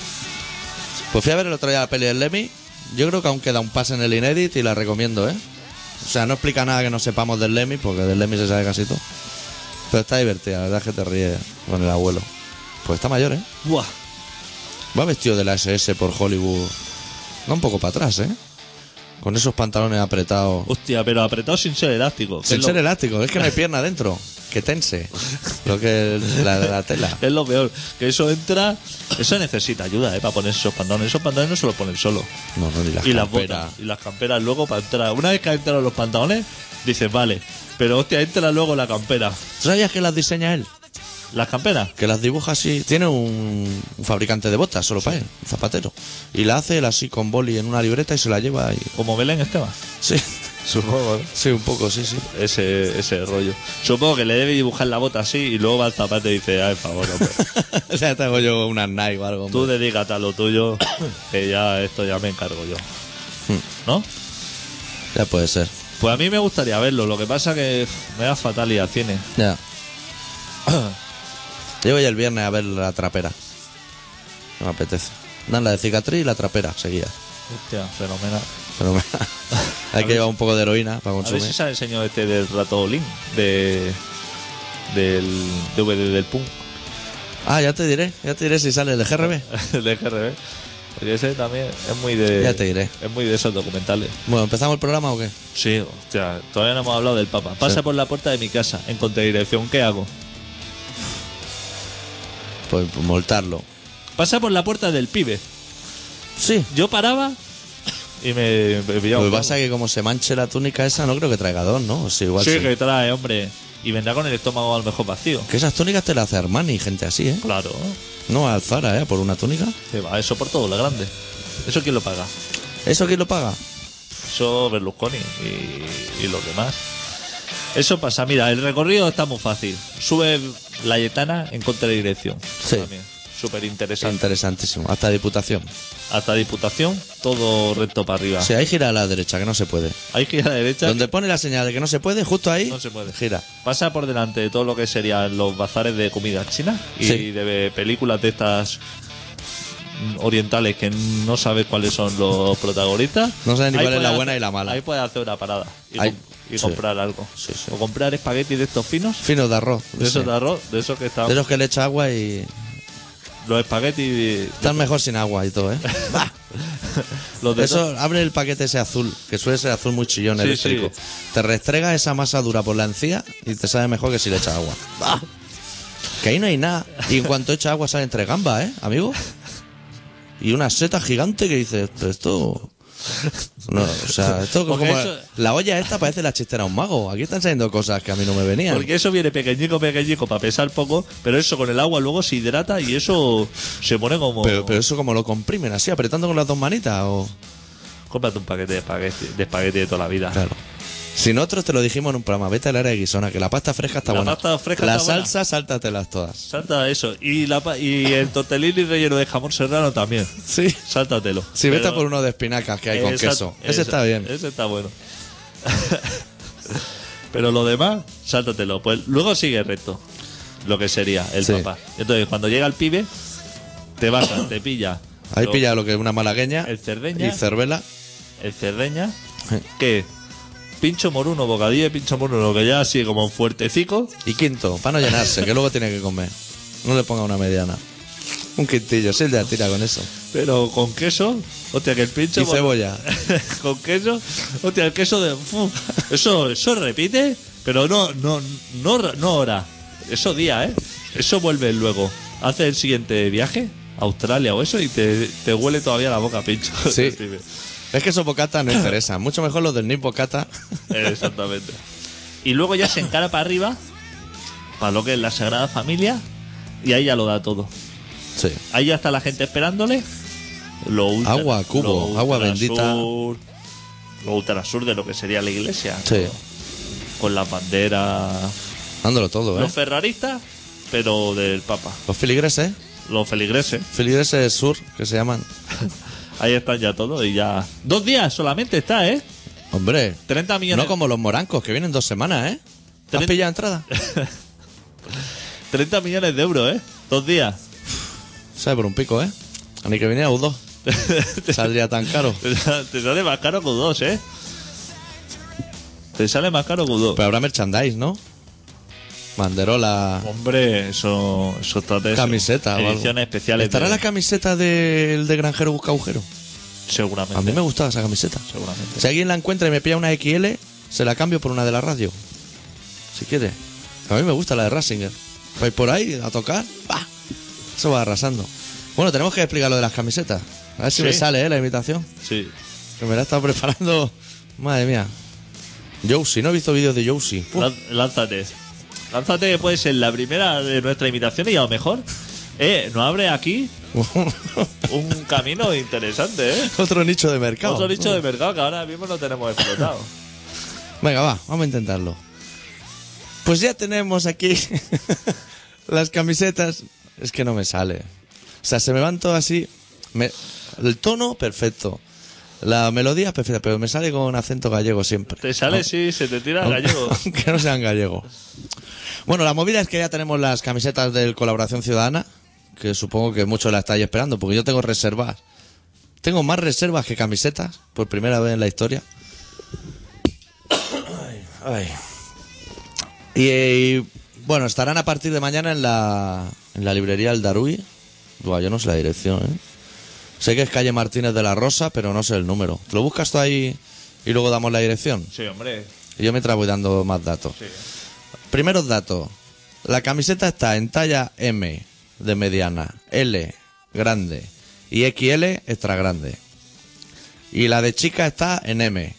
Pues fui a ver el otro día la peli del Lemmy. Yo creo que aún queda un pase en el Inédit y la recomiendo, ¿eh? O sea, no explica nada que no sepamos del Lemmy, porque del Lemmy se sabe casi todo. Pero está divertida, la verdad es que te ríes con el abuelo. Pues está mayor, ¿eh? Buah. Va vestido de la SS por Hollywood. Va un poco para atrás, ¿eh? Con esos pantalones apretados. Hostia, pero apretado sin ser elástico. que Sin es ser lo- elástico, es que no hay pierna dentro. Que tense. Lo que la tela. Es lo peor. Que eso entra. Eso necesita ayuda, para ponerse esos pantalones. Esos pantalones no se los ponen solo. No, ni las Y las camperas. botas. Y las camperas luego para entrar. Una vez que han entrado los pantalones, dices, vale. Pero hostia, entra luego la campera. ¿Tú sabías que las diseña él? ¿Las camperas? Que las dibuja así. Tiene un fabricante de botas solo para él, un zapatero. Y la hace él así con boli en una libreta y se la lleva y... Como Belén Esteban. Sí, Supongo, ¿no? sí, un poco, sí, sí. Ese rollo. Supongo que le debe dibujar la bota así y luego va al zapato y dice, ay, por favor, hombre. O sea, tengo yo unas Nike o algo. Tú hombre. dedícate a lo tuyo, que ya esto ya me encargo yo. ¿No? Ya puede ser. Pues a mí me gustaría verlo. Lo que pasa que me da fatal ir al cine. Ya. Yo voy el viernes a ver la trapera. No me apetece. Dan la de cicatriz y la trapera, seguía. Hostia, fenomenal. Pero hay que llevar un poco de heroína para A ver consumir. si se ha enseñado este del ratolín de del DVD del Punk. Ah, ya te diré si sale el de GRB. El de GRB. Porque ese también es muy de. Ya te diré. Es muy de esos documentales. Bueno, ¿empezamos el programa o qué? Sí, hostia, todavía no hemos hablado del Papa. Pasa Sí. por la puerta de mi casa, en contradirección. ¿Qué hago? Pues multarlo. Pasa por la puerta del pibe. Sí. Yo paraba y me pillaba. Pues un pasa que como se manche la túnica esa, no creo que traiga dos, ¿no? O sí, igual Sí, sí. que trae, hombre. Y vendrá con el estómago a lo mejor vacío. Que esas túnicas te las hace Armani, gente así, ¿eh? Claro. No al Zara, ¿eh? Por una túnica. Que va, eso por todo, la grande. ¿Eso quién lo paga? ¿Eso quién lo paga? Eso Berlusconi y los demás. Eso pasa, mira, el recorrido está muy fácil. Sube la Yetana en contradirección. Sí. También. Súper interesante. Interesantísimo. Hasta Diputación. Hasta Diputación, todo recto para arriba. Sí, ahí gira a la derecha, que no se puede. Hay que ir a la derecha. Donde pone la señal de que no se puede, justo ahí, No se puede. gira. Pasa por delante de todo lo que serían los bazares de comida china y Sí. de películas de estas orientales que no sabes cuáles son los protagonistas. No sabes ni Ahí cuál es la puedes buena hacer- y la mala. Ahí puedes hacer una parada y, Ahí- y sí. comprar algo. Sí, sí. O comprar espaguetis de estos finos, Finos de arroz. de esos de arroz, de esos que están. De esos que le echa agua y... Los espaguetis. Están mejor sin agua y todo, ¿eh? Los de Eso, abre el paquete ese azul, que suele ser azul muy chillón, Sí, eléctrico. sí. Te restrega esa masa dura por la encía y te sabe mejor que si le echas agua. Que ahí no hay nada. Y en cuanto echa agua sale entre gambas, ¿eh, amigo? Y una seta gigante que dice, esto... No, o sea, esto Porque como... eso- La olla esta parece la chistera de un mago. Aquí están saliendo cosas que a mí no me venían. Porque eso viene pequeñico para pesar poco, pero eso con el agua luego se hidrata y eso se pone como. Pero eso como lo comprimen, así, apretando con las dos manitas o... Cómprate un paquete de espagueti de toda la vida. Claro. Si nosotros te lo dijimos en un programa, vete al área de Guisona, que la pasta fresca está La buena. pasta fresca la está buena. salsa, sáltatelas todas. Salta eso. Y el tortellini relleno de jamón serrano también. Sí. Sáltatelo. Si vete Pero- por uno de espinacas que hay con Exacto, queso. Ese está bien. Ese está bueno. Pero lo demás, sáltatelo. Pues luego sigue recto. Lo que sería el Sí. papá. Entonces, cuando llega el pibe, te baja, te pilla. Ahí lo- pilla lo que es una malagueña El cerdeña. y cervela. El cerdeña. ¿Qué? Pincho moruno, bocadillo de pincho moruno, que ya así como fuertecico. Y quinto, para no llenarse, que luego tiene que comer. No le ponga una mediana. Un quintillo, sí, le tira con eso. Pero con queso, hostia, que el pincho. Y cebolla. Con queso, hostia, el queso de. Eso repite, pero no hora. Eso día, ¿eh? Eso vuelve luego. Hace el siguiente viaje, a Australia o eso, y te huele todavía la boca a pincho. Sí. Es que esos bocatas no interesan. Mucho mejor los del Nip Bocata. Exactamente. Y luego ya se encara para arriba, para lo que es la Sagrada Familia, y ahí ya lo da todo. Sí. Ahí ya está la gente esperándole. Agua, cubo, agua bendita. Lo ultra sur de lo que sería la iglesia. Sí. Con las banderas. Dándolo todo, ¿eh? Los ferraristas, pero del Papa. Los filigreses. Los feligreses. Filigreses sur, que se llaman. Ahí están ya todos y ya. 2 días solamente está, ¿eh? Hombre. 30 millones. No como los morancos, que vienen 2 semanas, ¿eh? ¿Te has Tren- pillado entrada? 30 millones de euros, ¿eh? 2 días. Sabe por un pico, ¿eh? A mí que viniera U2. Saldría tan caro. Te sale más caro que U2, ¿eh? Te sale más caro que U2. Pero habrá merchandise, ¿no? Banderola, Hombre, eso está de eso. camiseta o algo. Ediciones especiales. ¿Estará de- la camiseta del de Granjero Busca Agujero? Seguramente. A mí me gustaba esa camiseta. Seguramente. Si alguien la encuentra y me pilla una XL, se la cambio por una de la radio. Si quiere. A mí me gusta la de Ratzinger. Vais por ahí a tocar. ¡Bah! Eso va arrasando. Bueno, tenemos que explicar lo de las camisetas. A ver si Sí. me sale, la invitación. Sí. Que me la he estado preparando. Madre mía. Josie, no he visto vídeos de Josie. Lánzate. Lánzate, que puede ser la primera de nuestra invitación y a lo mejor nos abre aquí un camino interesante, ¿eh? Otro nicho de mercado. Otro nicho de mercado que ahora mismo no tenemos explotado. Venga, va, vamos a intentarlo. Pues ya tenemos aquí las camisetas. Es que no me sale. O sea, se me van todas así. El tono, perfecto. La melodía, perfecta, pero me sale con acento gallego siempre. Te sale, sí, se te tira gallego. Aunque no sean gallegos. Bueno, la movida es que ya tenemos las camisetas del Colaboración Ciudadana, que supongo que muchos la estáis esperando, porque yo tengo reservas. Tengo más reservas que camisetas, por primera vez en la historia. Ay. Y Bueno, estarán a partir de mañana en la librería El Darui. Buah, yo no sé la dirección, ¿eh? Sé que es calle Martínez de la Rosa, pero no sé el número. ¿Te lo buscas tú ahí y luego damos la dirección? Sí, hombre. Y yo mientras voy dando más datos. Sí. Primeros datos. La camiseta está en talla M de mediana, L grande y XL extra grande. Y la de chica está en M.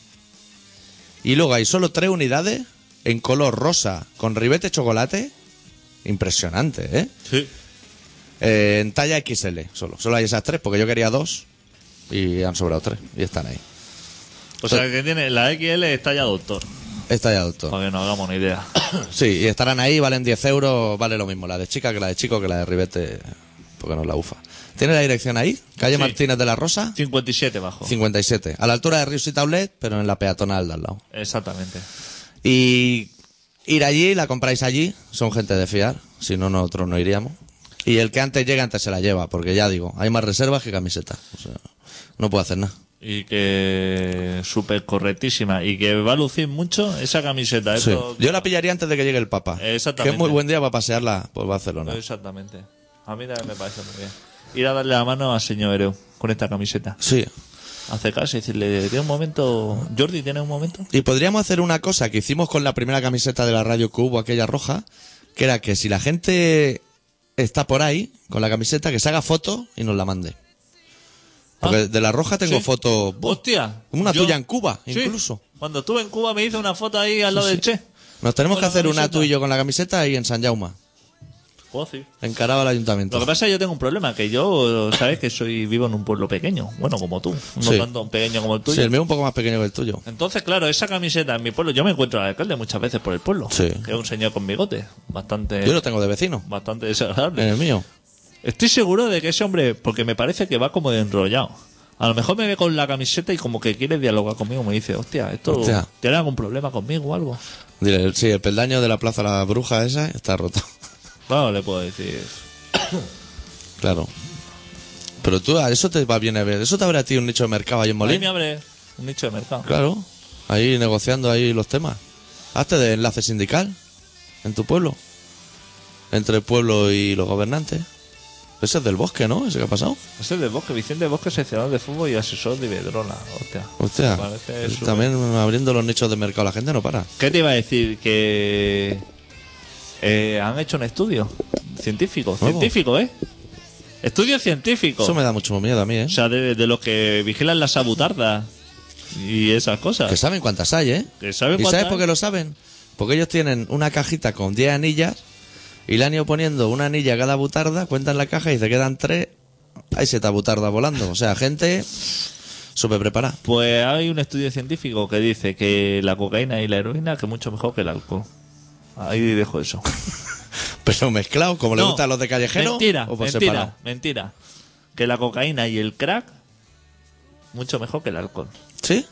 Y luego hay solo 3 unidades en color rosa con ribete chocolate. Impresionante, ¿eh? Sí. En talla XL solo hay esas 3 porque yo quería 2 y han sobrado 3 y están ahí. O sea, que tiene la XL está ya doctor. Está ya doctor. Para que nos hagamos una idea. Sí, y estarán ahí, valen 10 euros, vale lo mismo la de chica que la de chico que la de ribete, porque no es la ufa. ¿Tiene la dirección ahí? Calle Sí. Martínez de la Rosa, 57 bajo. 57, a la altura de Ríos y Taulet, pero en la peatonal de al lado. Exactamente. Y ir allí, la compráis allí, son gente de fiar, si no nosotros no iríamos. Y el que antes llega, antes se la lleva, porque ya digo, hay más reservas que camisetas. O sea, no puedo hacer nada. Y que súper correctísima. Y que va a lucir mucho esa camiseta. Sí. Esto- Yo la pillaría antes de que llegue el Papa. Exactamente. Que es muy buen día para pasearla por Barcelona. Exactamente. A mí también me parece muy bien. Ir a darle la mano al señor Ereu con esta camiseta. Sí. Acercarse y decirle, ¿tiene un momento? Jordi, ¿tiene un momento? Y podríamos hacer una cosa que hicimos con la primera camiseta de la radio que hubo, aquella roja, que era que si la gente está por ahí con la camiseta, que se haga foto y nos la mande. Porque Ah, de la roja tengo sí. fotos Hostia. como una yo- tuya en Cuba, Sí. incluso. Cuando estuve en Cuba me hice una foto ahí al lado del Che. Nos tenemos Con que la hacer una camiseta. tú y yo con la camiseta ahí en San Jaume, Pues sí. encarado al ayuntamiento. Lo que pasa es que yo tengo un problema, que yo, sabes que vivo en un pueblo pequeño, bueno, como tú, no Sí. tanto pequeño como el tuyo. Sí, el mío es un poco más pequeño que el tuyo. Entonces, claro, esa camiseta en mi pueblo, yo me encuentro al alcalde muchas veces por el pueblo, Sí. que es un señor con bigote, bastante, Yo lo tengo de vecino, bastante en desagradable. el mío. Estoy seguro de que ese hombre, porque me parece que va como de enrollado. A lo mejor me ve con la camiseta y como que quiere dialogar conmigo, me dice, hostia, Hostia. ¿tiene algún problema conmigo o algo? Dile, sí, el peldaño de la Plaza La Bruja esa está roto. Claro, le puedo decir. Claro. Pero tú, a eso te va bien a ver. Eso te abre a ti un nicho de mercado ahí en A mí Molín. me abre un nicho de mercado. Claro. Ahí negociando ahí los temas. Hazte de enlace sindical en tu pueblo. Entre el pueblo y los gobernantes. Ese es del Bosque, ¿no? Ese que ha pasado. Ese es de Bosque, Vicente Bosque, seleccionador de fútbol y asesor de Iberdrola. Hostia. Hostia. Me parece súper- También abriendo los nichos de mercado. La gente no para. ¿Qué te iba a decir? Que han hecho un estudio científico. ¿Nuevo? Científico, ¿eh? Estudio científico. Eso me da mucho miedo a mí, ¿eh? O sea, de los que vigilan las sabutardas y esas cosas. Que saben cuántas hay, ¿eh? Que saben ¿Y cuántas sabes por qué hay. lo saben? Porque ellos tienen una cajita con 10 anillas y le han ido poniendo una anilla a cada butarda, cuentan la caja y se quedan 3. Hay 7 butardas volando. O sea, gente súper preparada. Pues hay un estudio científico que dice que la cocaína y la heroína que es mucho mejor que el alcohol. Ahí dejo eso. Pero mezclado, como le No, gustan a los de callejero. Mentira, o por separado. mentira. Que la cocaína y el crack mucho mejor que el alcohol. ¿Sí?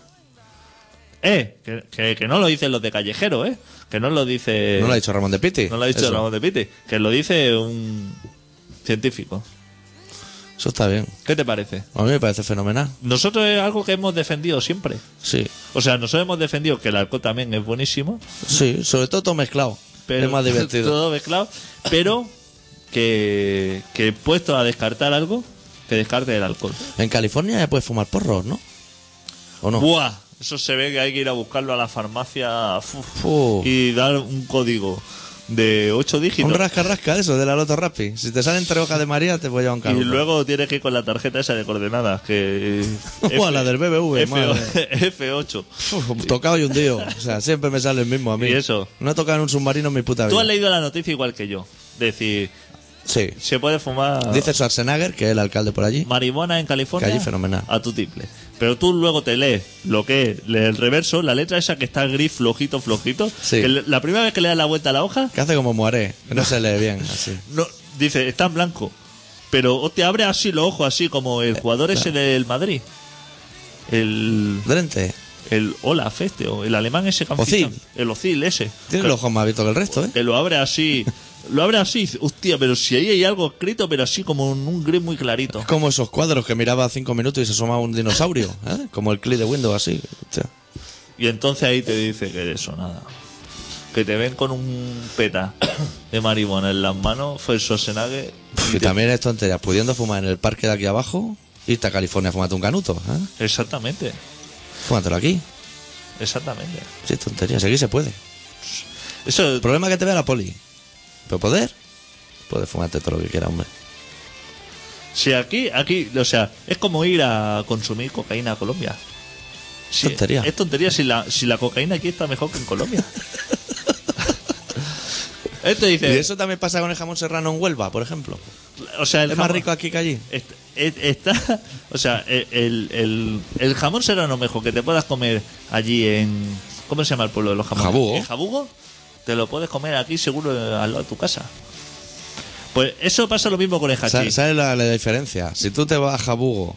Que no lo dicen los de callejero, que no lo dice... No lo ha dicho Ramón de Piti. No lo ha dicho Eso. Ramón de Piti, que lo dice un científico. Eso está bien. ¿Qué te parece? A mí me parece fenomenal. Nosotros es algo que hemos defendido siempre. Sí. O sea, nosotros hemos defendido que el alcohol también es buenísimo, Sí, sobre todo mezclado. pero es más divertido. todo mezclado, pero que puesto a descartar algo, que descarte el alcohol. En California ya puedes fumar porros, ¿no? ¿O no? ¡Buah! Eso se ve que hay que ir a buscarlo a la farmacia Fu. y dar un código de 8 dígitos. Un rasca eso de la Loto Rappi. Si te salen 3 hojas de María, te puede llevar un Y carro. luego tienes que ir con la tarjeta esa de coordenadas, que... Buah, la del BBV, madre. F8. Uf, tocado y hundido. O sea, siempre me sale el mismo a mí. ¿Y eso? No he tocado en un submarino en mi puta vida. Tú has leído la noticia igual que yo. Decir, Sí. se puede fumar Dice Schwarzenegger, que es el alcalde por allí. marihuana en California Que allí fenomenal. a tu triple. Pero tú luego te lees lo que es el reverso, la letra esa que está gris flojito. Sí. Que la primera vez que le das la vuelta a la hoja, Que hace como Moaré, que no se lee bien, así. no, dice, está en blanco. Pero te abre así los ojos, así como el jugador ese del Madrid. El Drente. Olaf este, o el alemán ese que han Ozil. fichado. El Ozil ese. Tiene los ojos más abiertos que el resto, ¿eh? Que lo abre así. Lo abre así y dice, hostia, pero si ahí hay algo escrito, pero así como en un gris muy clarito. Es como esos cuadros que miraba 5 minutos y se asomaba un dinosaurio, ¿eh? Como el clip de Windows, así. Hostia. Y entonces ahí te dice que eso, nada. que te ven con un peta de marihuana en las manos, fue el Schwarzenegger. Y también es tontería, pudiendo fumar en el parque de aquí abajo, irte a California a fumarte un canuto, ¿eh? Exactamente, Fúmatelo aquí. exactamente. Sí, tontería, si aquí se puede. Eso, El problema es que te vea la poli. Pero poder, puedes fumarte todo lo que quieras, hombre. si aquí, o sea, es como ir a consumir cocaína a Colombia. Sí, Tontería. Es tontería si la cocaína aquí está mejor que en Colombia. Esto Y dice, eso también pasa con el jamón serrano en Huelva, por ejemplo. o sea, el Es más jamón- rico aquí que allí. Está, o sea, el jamón serrano mejor que te puedas comer allí en, ¿cómo se llama el pueblo de los jamones? Jabugo. En Jabugo, te lo puedes comer aquí seguro al lado de tu casa. Pues eso pasa lo mismo con el hachís. ¿Sabes la diferencia? Si tú te vas a Jabugo,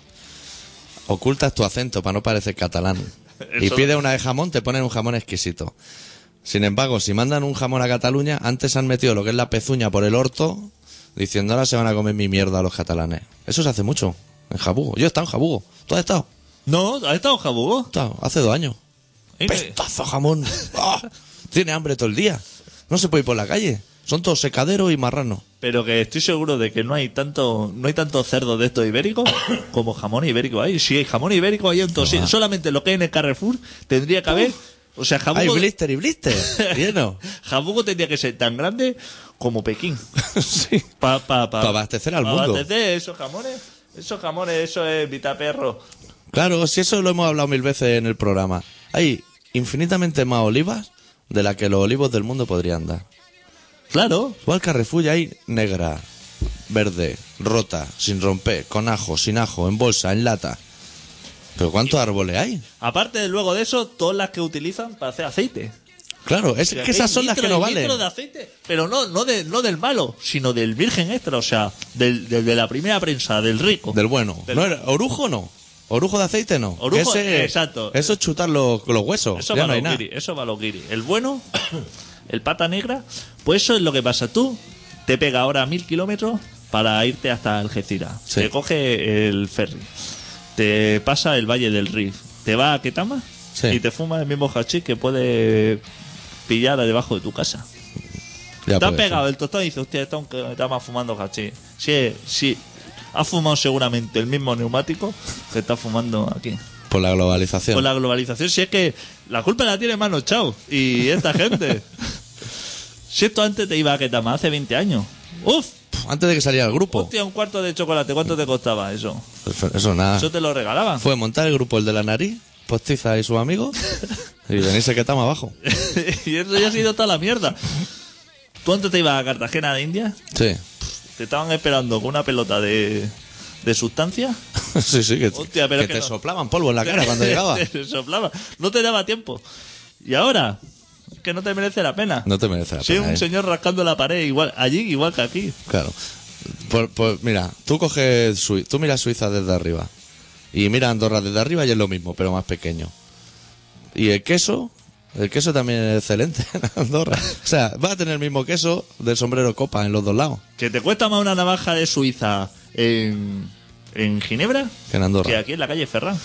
ocultas tu acento para no parecer catalán y Eso- pides una de jamón, te ponen un jamón exquisito. Sin embargo, si mandan un jamón a Cataluña, antes han metido lo que es la pezuña por el orto, diciendo ahora se van a comer mi mierda los catalanes. Eso se hace mucho en Jabugo. Yo he estado en Jabugo. ¿Tú has estado? No, ¿has estado en Jabugo? He estado hace 2 años. ¿Eh? Pestazo jamón. ¡Ah! Tiene hambre todo el día. No se puede ir por la calle. Son todos secaderos y marranos. Pero que estoy seguro de que no hay tanto cerdo de estos ibéricos como jamón ibérico hay. Si hay jamón ibérico hay en todo sitio. Solamente lo que hay en el Carrefour tendría que haber. O sea, Hay Jabugo, blister y blister. Lleno. Jabugo tendría que ser tan grande como Pekín. Sí. Pa abastecer al mundo. Abastecer esos jamones, eso es Vita Perro. Claro, si eso lo hemos hablado 1000 veces en el programa. Hay infinitamente más olivas de las que los olivos del mundo podrían dar. Claro. Igual Carrefour ya hay negra, verde, rota, sin romper, con ajo, sin ajo, en bolsa, en lata. ¿Pero cuántos árboles hay? Aparte de luego de eso, todas las que utilizan para hacer aceite. Claro, es que esas son las que no valen. Litros de aceite, pero no del malo, sino del virgen extra, o sea, de la primera prensa, del rico. Del bueno. Del- No, orujo no. Orujo de aceite no. Orujo, Ese- exacto. Eso es chutar los huesos. Eso ya va no hay lo nada. guiri, eso va lo guiri. El bueno, el pata negra, pues eso es lo que pasa. Tú te pega ahora 1000 kilómetros para irte hasta Algeciras. Sí. Te coge el ferry, te pasa el Valle del Rif, te va a Ketama Sí. y te fuma el mismo hachís que puedes pillar debajo de tu casa. Ya Te has puede pegado ser. el tostón y dices, hostia, estamos fumando hachís. Sí, has fumado seguramente el mismo neumático que estás fumando aquí. Por la globalización. Con la globalización, si es que la culpa la tiene Mano Chao y esta gente. Si esto antes te iba a Ketama hace 20 años. ¡Uf! Antes de que saliera el grupo. Hostia, un cuarto de chocolate, ¿cuánto te costaba eso? Eso nada. Eso te lo regalaban. Fue montar el grupo, el de la nariz, Postiza y sus amigos, y venirse que estamos abajo. Y eso ya ha sido toda la mierda. Tú antes te ibas a Cartagena de India, Sí. te estaban esperando con una pelota de sustancia. Sí, que, Hostia, pero que es que te no. soplaban polvo en la cara cuando llegaba. Te soplaba. No te daba tiempo. Y ahora, que no te merece la pena. No te merece la Sí, pena. un señor rascando la pared igual allí igual que aquí. Claro. Pues mira, tú coges tú miras Suiza desde arriba y mira Andorra desde arriba y es lo mismo, pero más pequeño. Y el queso también es excelente en Andorra. O sea, vas a tener el mismo queso del sombrero copa en los dos lados Que te cuesta más una navaja de Suiza en Ginebra que en Andorra. que aquí en la calle Ferran.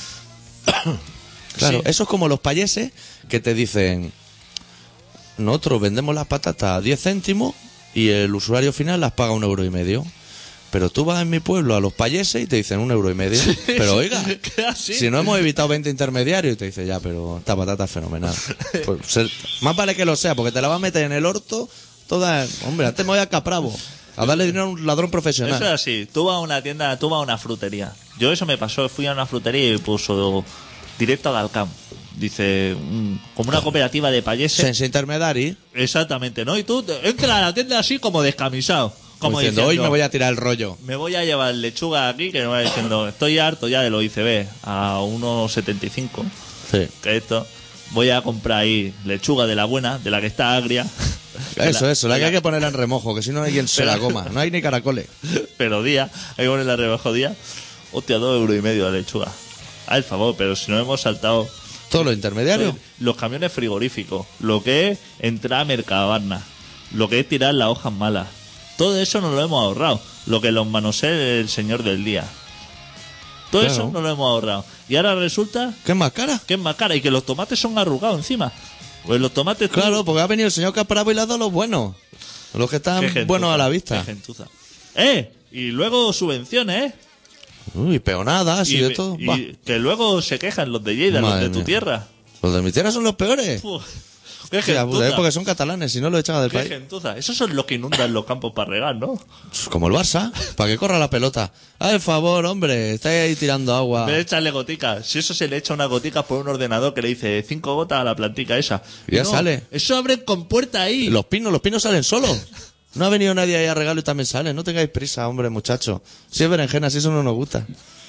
Claro, Sí. eso es como los payeses que te dicen, nosotros vendemos las patatas a 10 céntimos y el usuario final las paga 1,5 €. Pero tú vas en mi pueblo a los payeses y te dicen 1,5 €. Pero oiga, ¿Qué así? si no hemos evitado 20 intermediarios, y te dice, ya, pero esta patata es fenomenal. Pues, más vale que lo sea, porque te la vas a meter en el orto toda... Hombre, antes me voy a Capravo a darle dinero a un ladrón Eso profesional. es así. Tú vas a una tienda, tú vas a una frutería. Yo eso me pasó, fui a una frutería y puso directo a Galcam. Dice, como una cooperativa de payeses. Sense intermediari, Exactamente, ¿no? Y tú entras a la tienda así como descamisado. Como diciendo, hoy me voy a tirar el rollo. me voy a llevar lechuga aquí, que me va diciendo, estoy harto ya de los ICB a 1,75. Sí. Que esto, voy a comprar ahí lechuga de la buena, de la que está agria. Eso, la que hay que ponerla en remojo, que si no hay quien se Pero- la coma. No hay ni caracoles. Pero día, hay que ponerla rebajo día. Hostia, 2,5 € de lechuga. Al favor, pero si no hemos saltado Todos los intermediarios. los camiones frigoríficos, lo que es entrar a Mercabarna, lo que es tirar las hojas malas. Todo eso nos lo hemos ahorrado. Lo que los manosee el señor del día. Todo Claro. eso nos lo hemos ahorrado. Y ahora resulta ¿Qué es más cara? que es más cara y que los tomates son arrugados encima. Pues los tomates... tú- Claro, porque ha venido el señor Capravo y le ha dado los buenos. Los que están Qué gentuza, buenos a la qué vista. gentuza. Y luego subvenciones, Uy, peonadas y de todo. y Buah. que luego se quejan los de Lleida, los Madre de tu mía. tierra. Los de mi tierra son los peores. Uf, qué Sí, gentuza. porque son catalanes, si no lo echan del Qué país. gentuza. Esos son los que inundan los campos para regar, ¿no? Como el Barça, para que corra la pelota. Al favor, hombre, estáis ahí tirando agua. En vez de echarle goticas. Si eso se le echa una gotica por un ordenador que le dice 5 gotas a la plantica esa. Y ya No, sale. Eso abren con puerta ahí. Los pinos salen solos. No ha venido nadie ahí a regalo y también salen. No tengáis prisa, hombre, muchacho. Si es berenjena, si eso no nos gusta.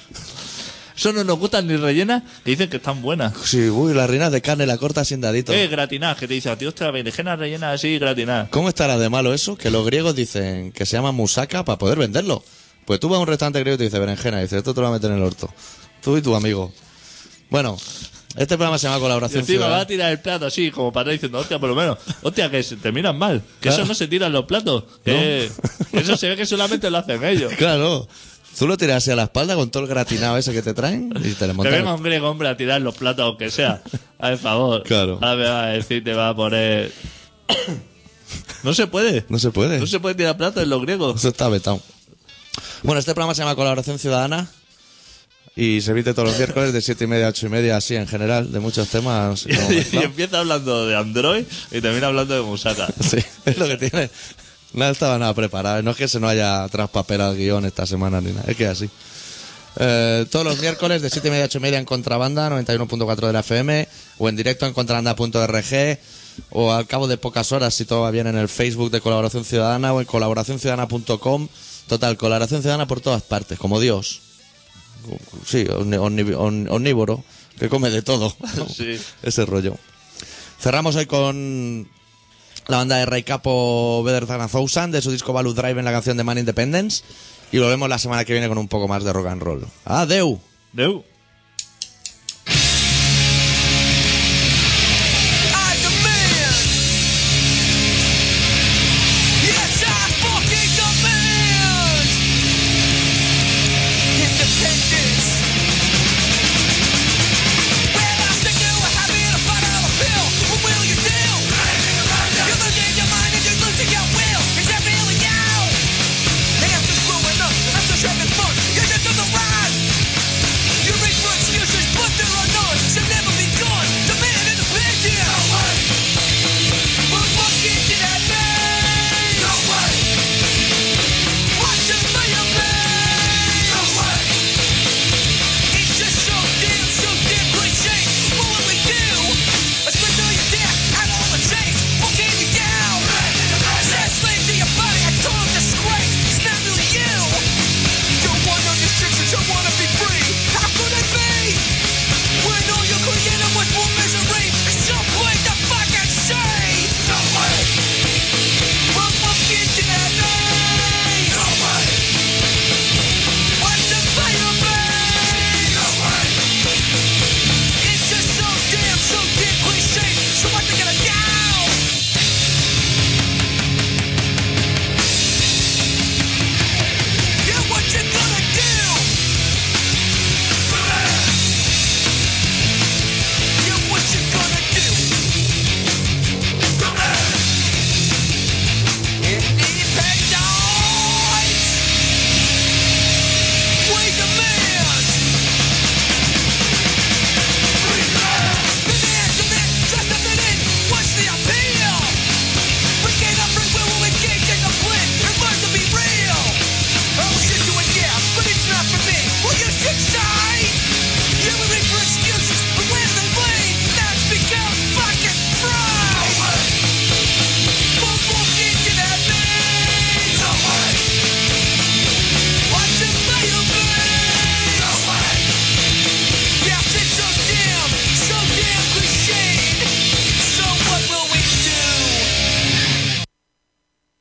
Eso no nos gustan ni rellenas, que dicen que están buenas. Sí, uy, las reinas de carne la corta sin dadito. Gratinadas, que te dicen, tío, la berenjena rellena así, gratinadas. ¿Cómo estará de malo eso? Que los griegos dicen que se llama musaca para poder venderlo. Pues tú vas a un restaurante griego y te dice berenjena y dices, esto te lo vas a meter en el orto. Tú y tu amigo. Bueno, este programa se llama Y Colaboración encima va Ciudadana. a tirar el plato así, como para diciendo, hostia, por lo menos, hostia, que se te miran mal. Que Claro. eso no se tiran los platos. Que eso se ve que solamente lo hacen ellos. Claro. Tú lo tiras así a la espalda con todo el gratinado ese que te traen y te le Que montan. venga un griego, hombre, a tirar los platos, aunque sea. Al favor. Claro. Ahora me va a decir, te va a poner... No se puede. No se puede. No se puede tirar platos en los griegos. Eso está vetado. Bueno, este programa se llama Colaboración Ciudadana y se emite todos los miércoles de 7:30 a 8:30, así en general, de muchos temas. como Y mezclado. empieza hablando de Android y termina hablando de Musaka. Sí, es lo que tiene. No estaba nada preparado. No es que se nos haya traspapelado el guión esta semana ni nada. Es que es así. Todos los miércoles de 7:30 a 8:30 en Contrabanda, 91.4 de la FM, o en directo en contrabanda.org, o al cabo de pocas horas, si todo va bien, en el Facebook de Colaboración Ciudadana o en colaboracionciudadana.com. Total, Colaboración Ciudadana por todas partes, como Dios. Sí, omnívoro, que come de todo. Sí. Ese rollo. Cerramos hoy con la banda de Ray Capo, Better Than a Thousand, de su disco Value Drive, en la canción de Man Independence. Y volvemos la semana que viene con un poco más de rock and roll. ¡Adeu! Deu.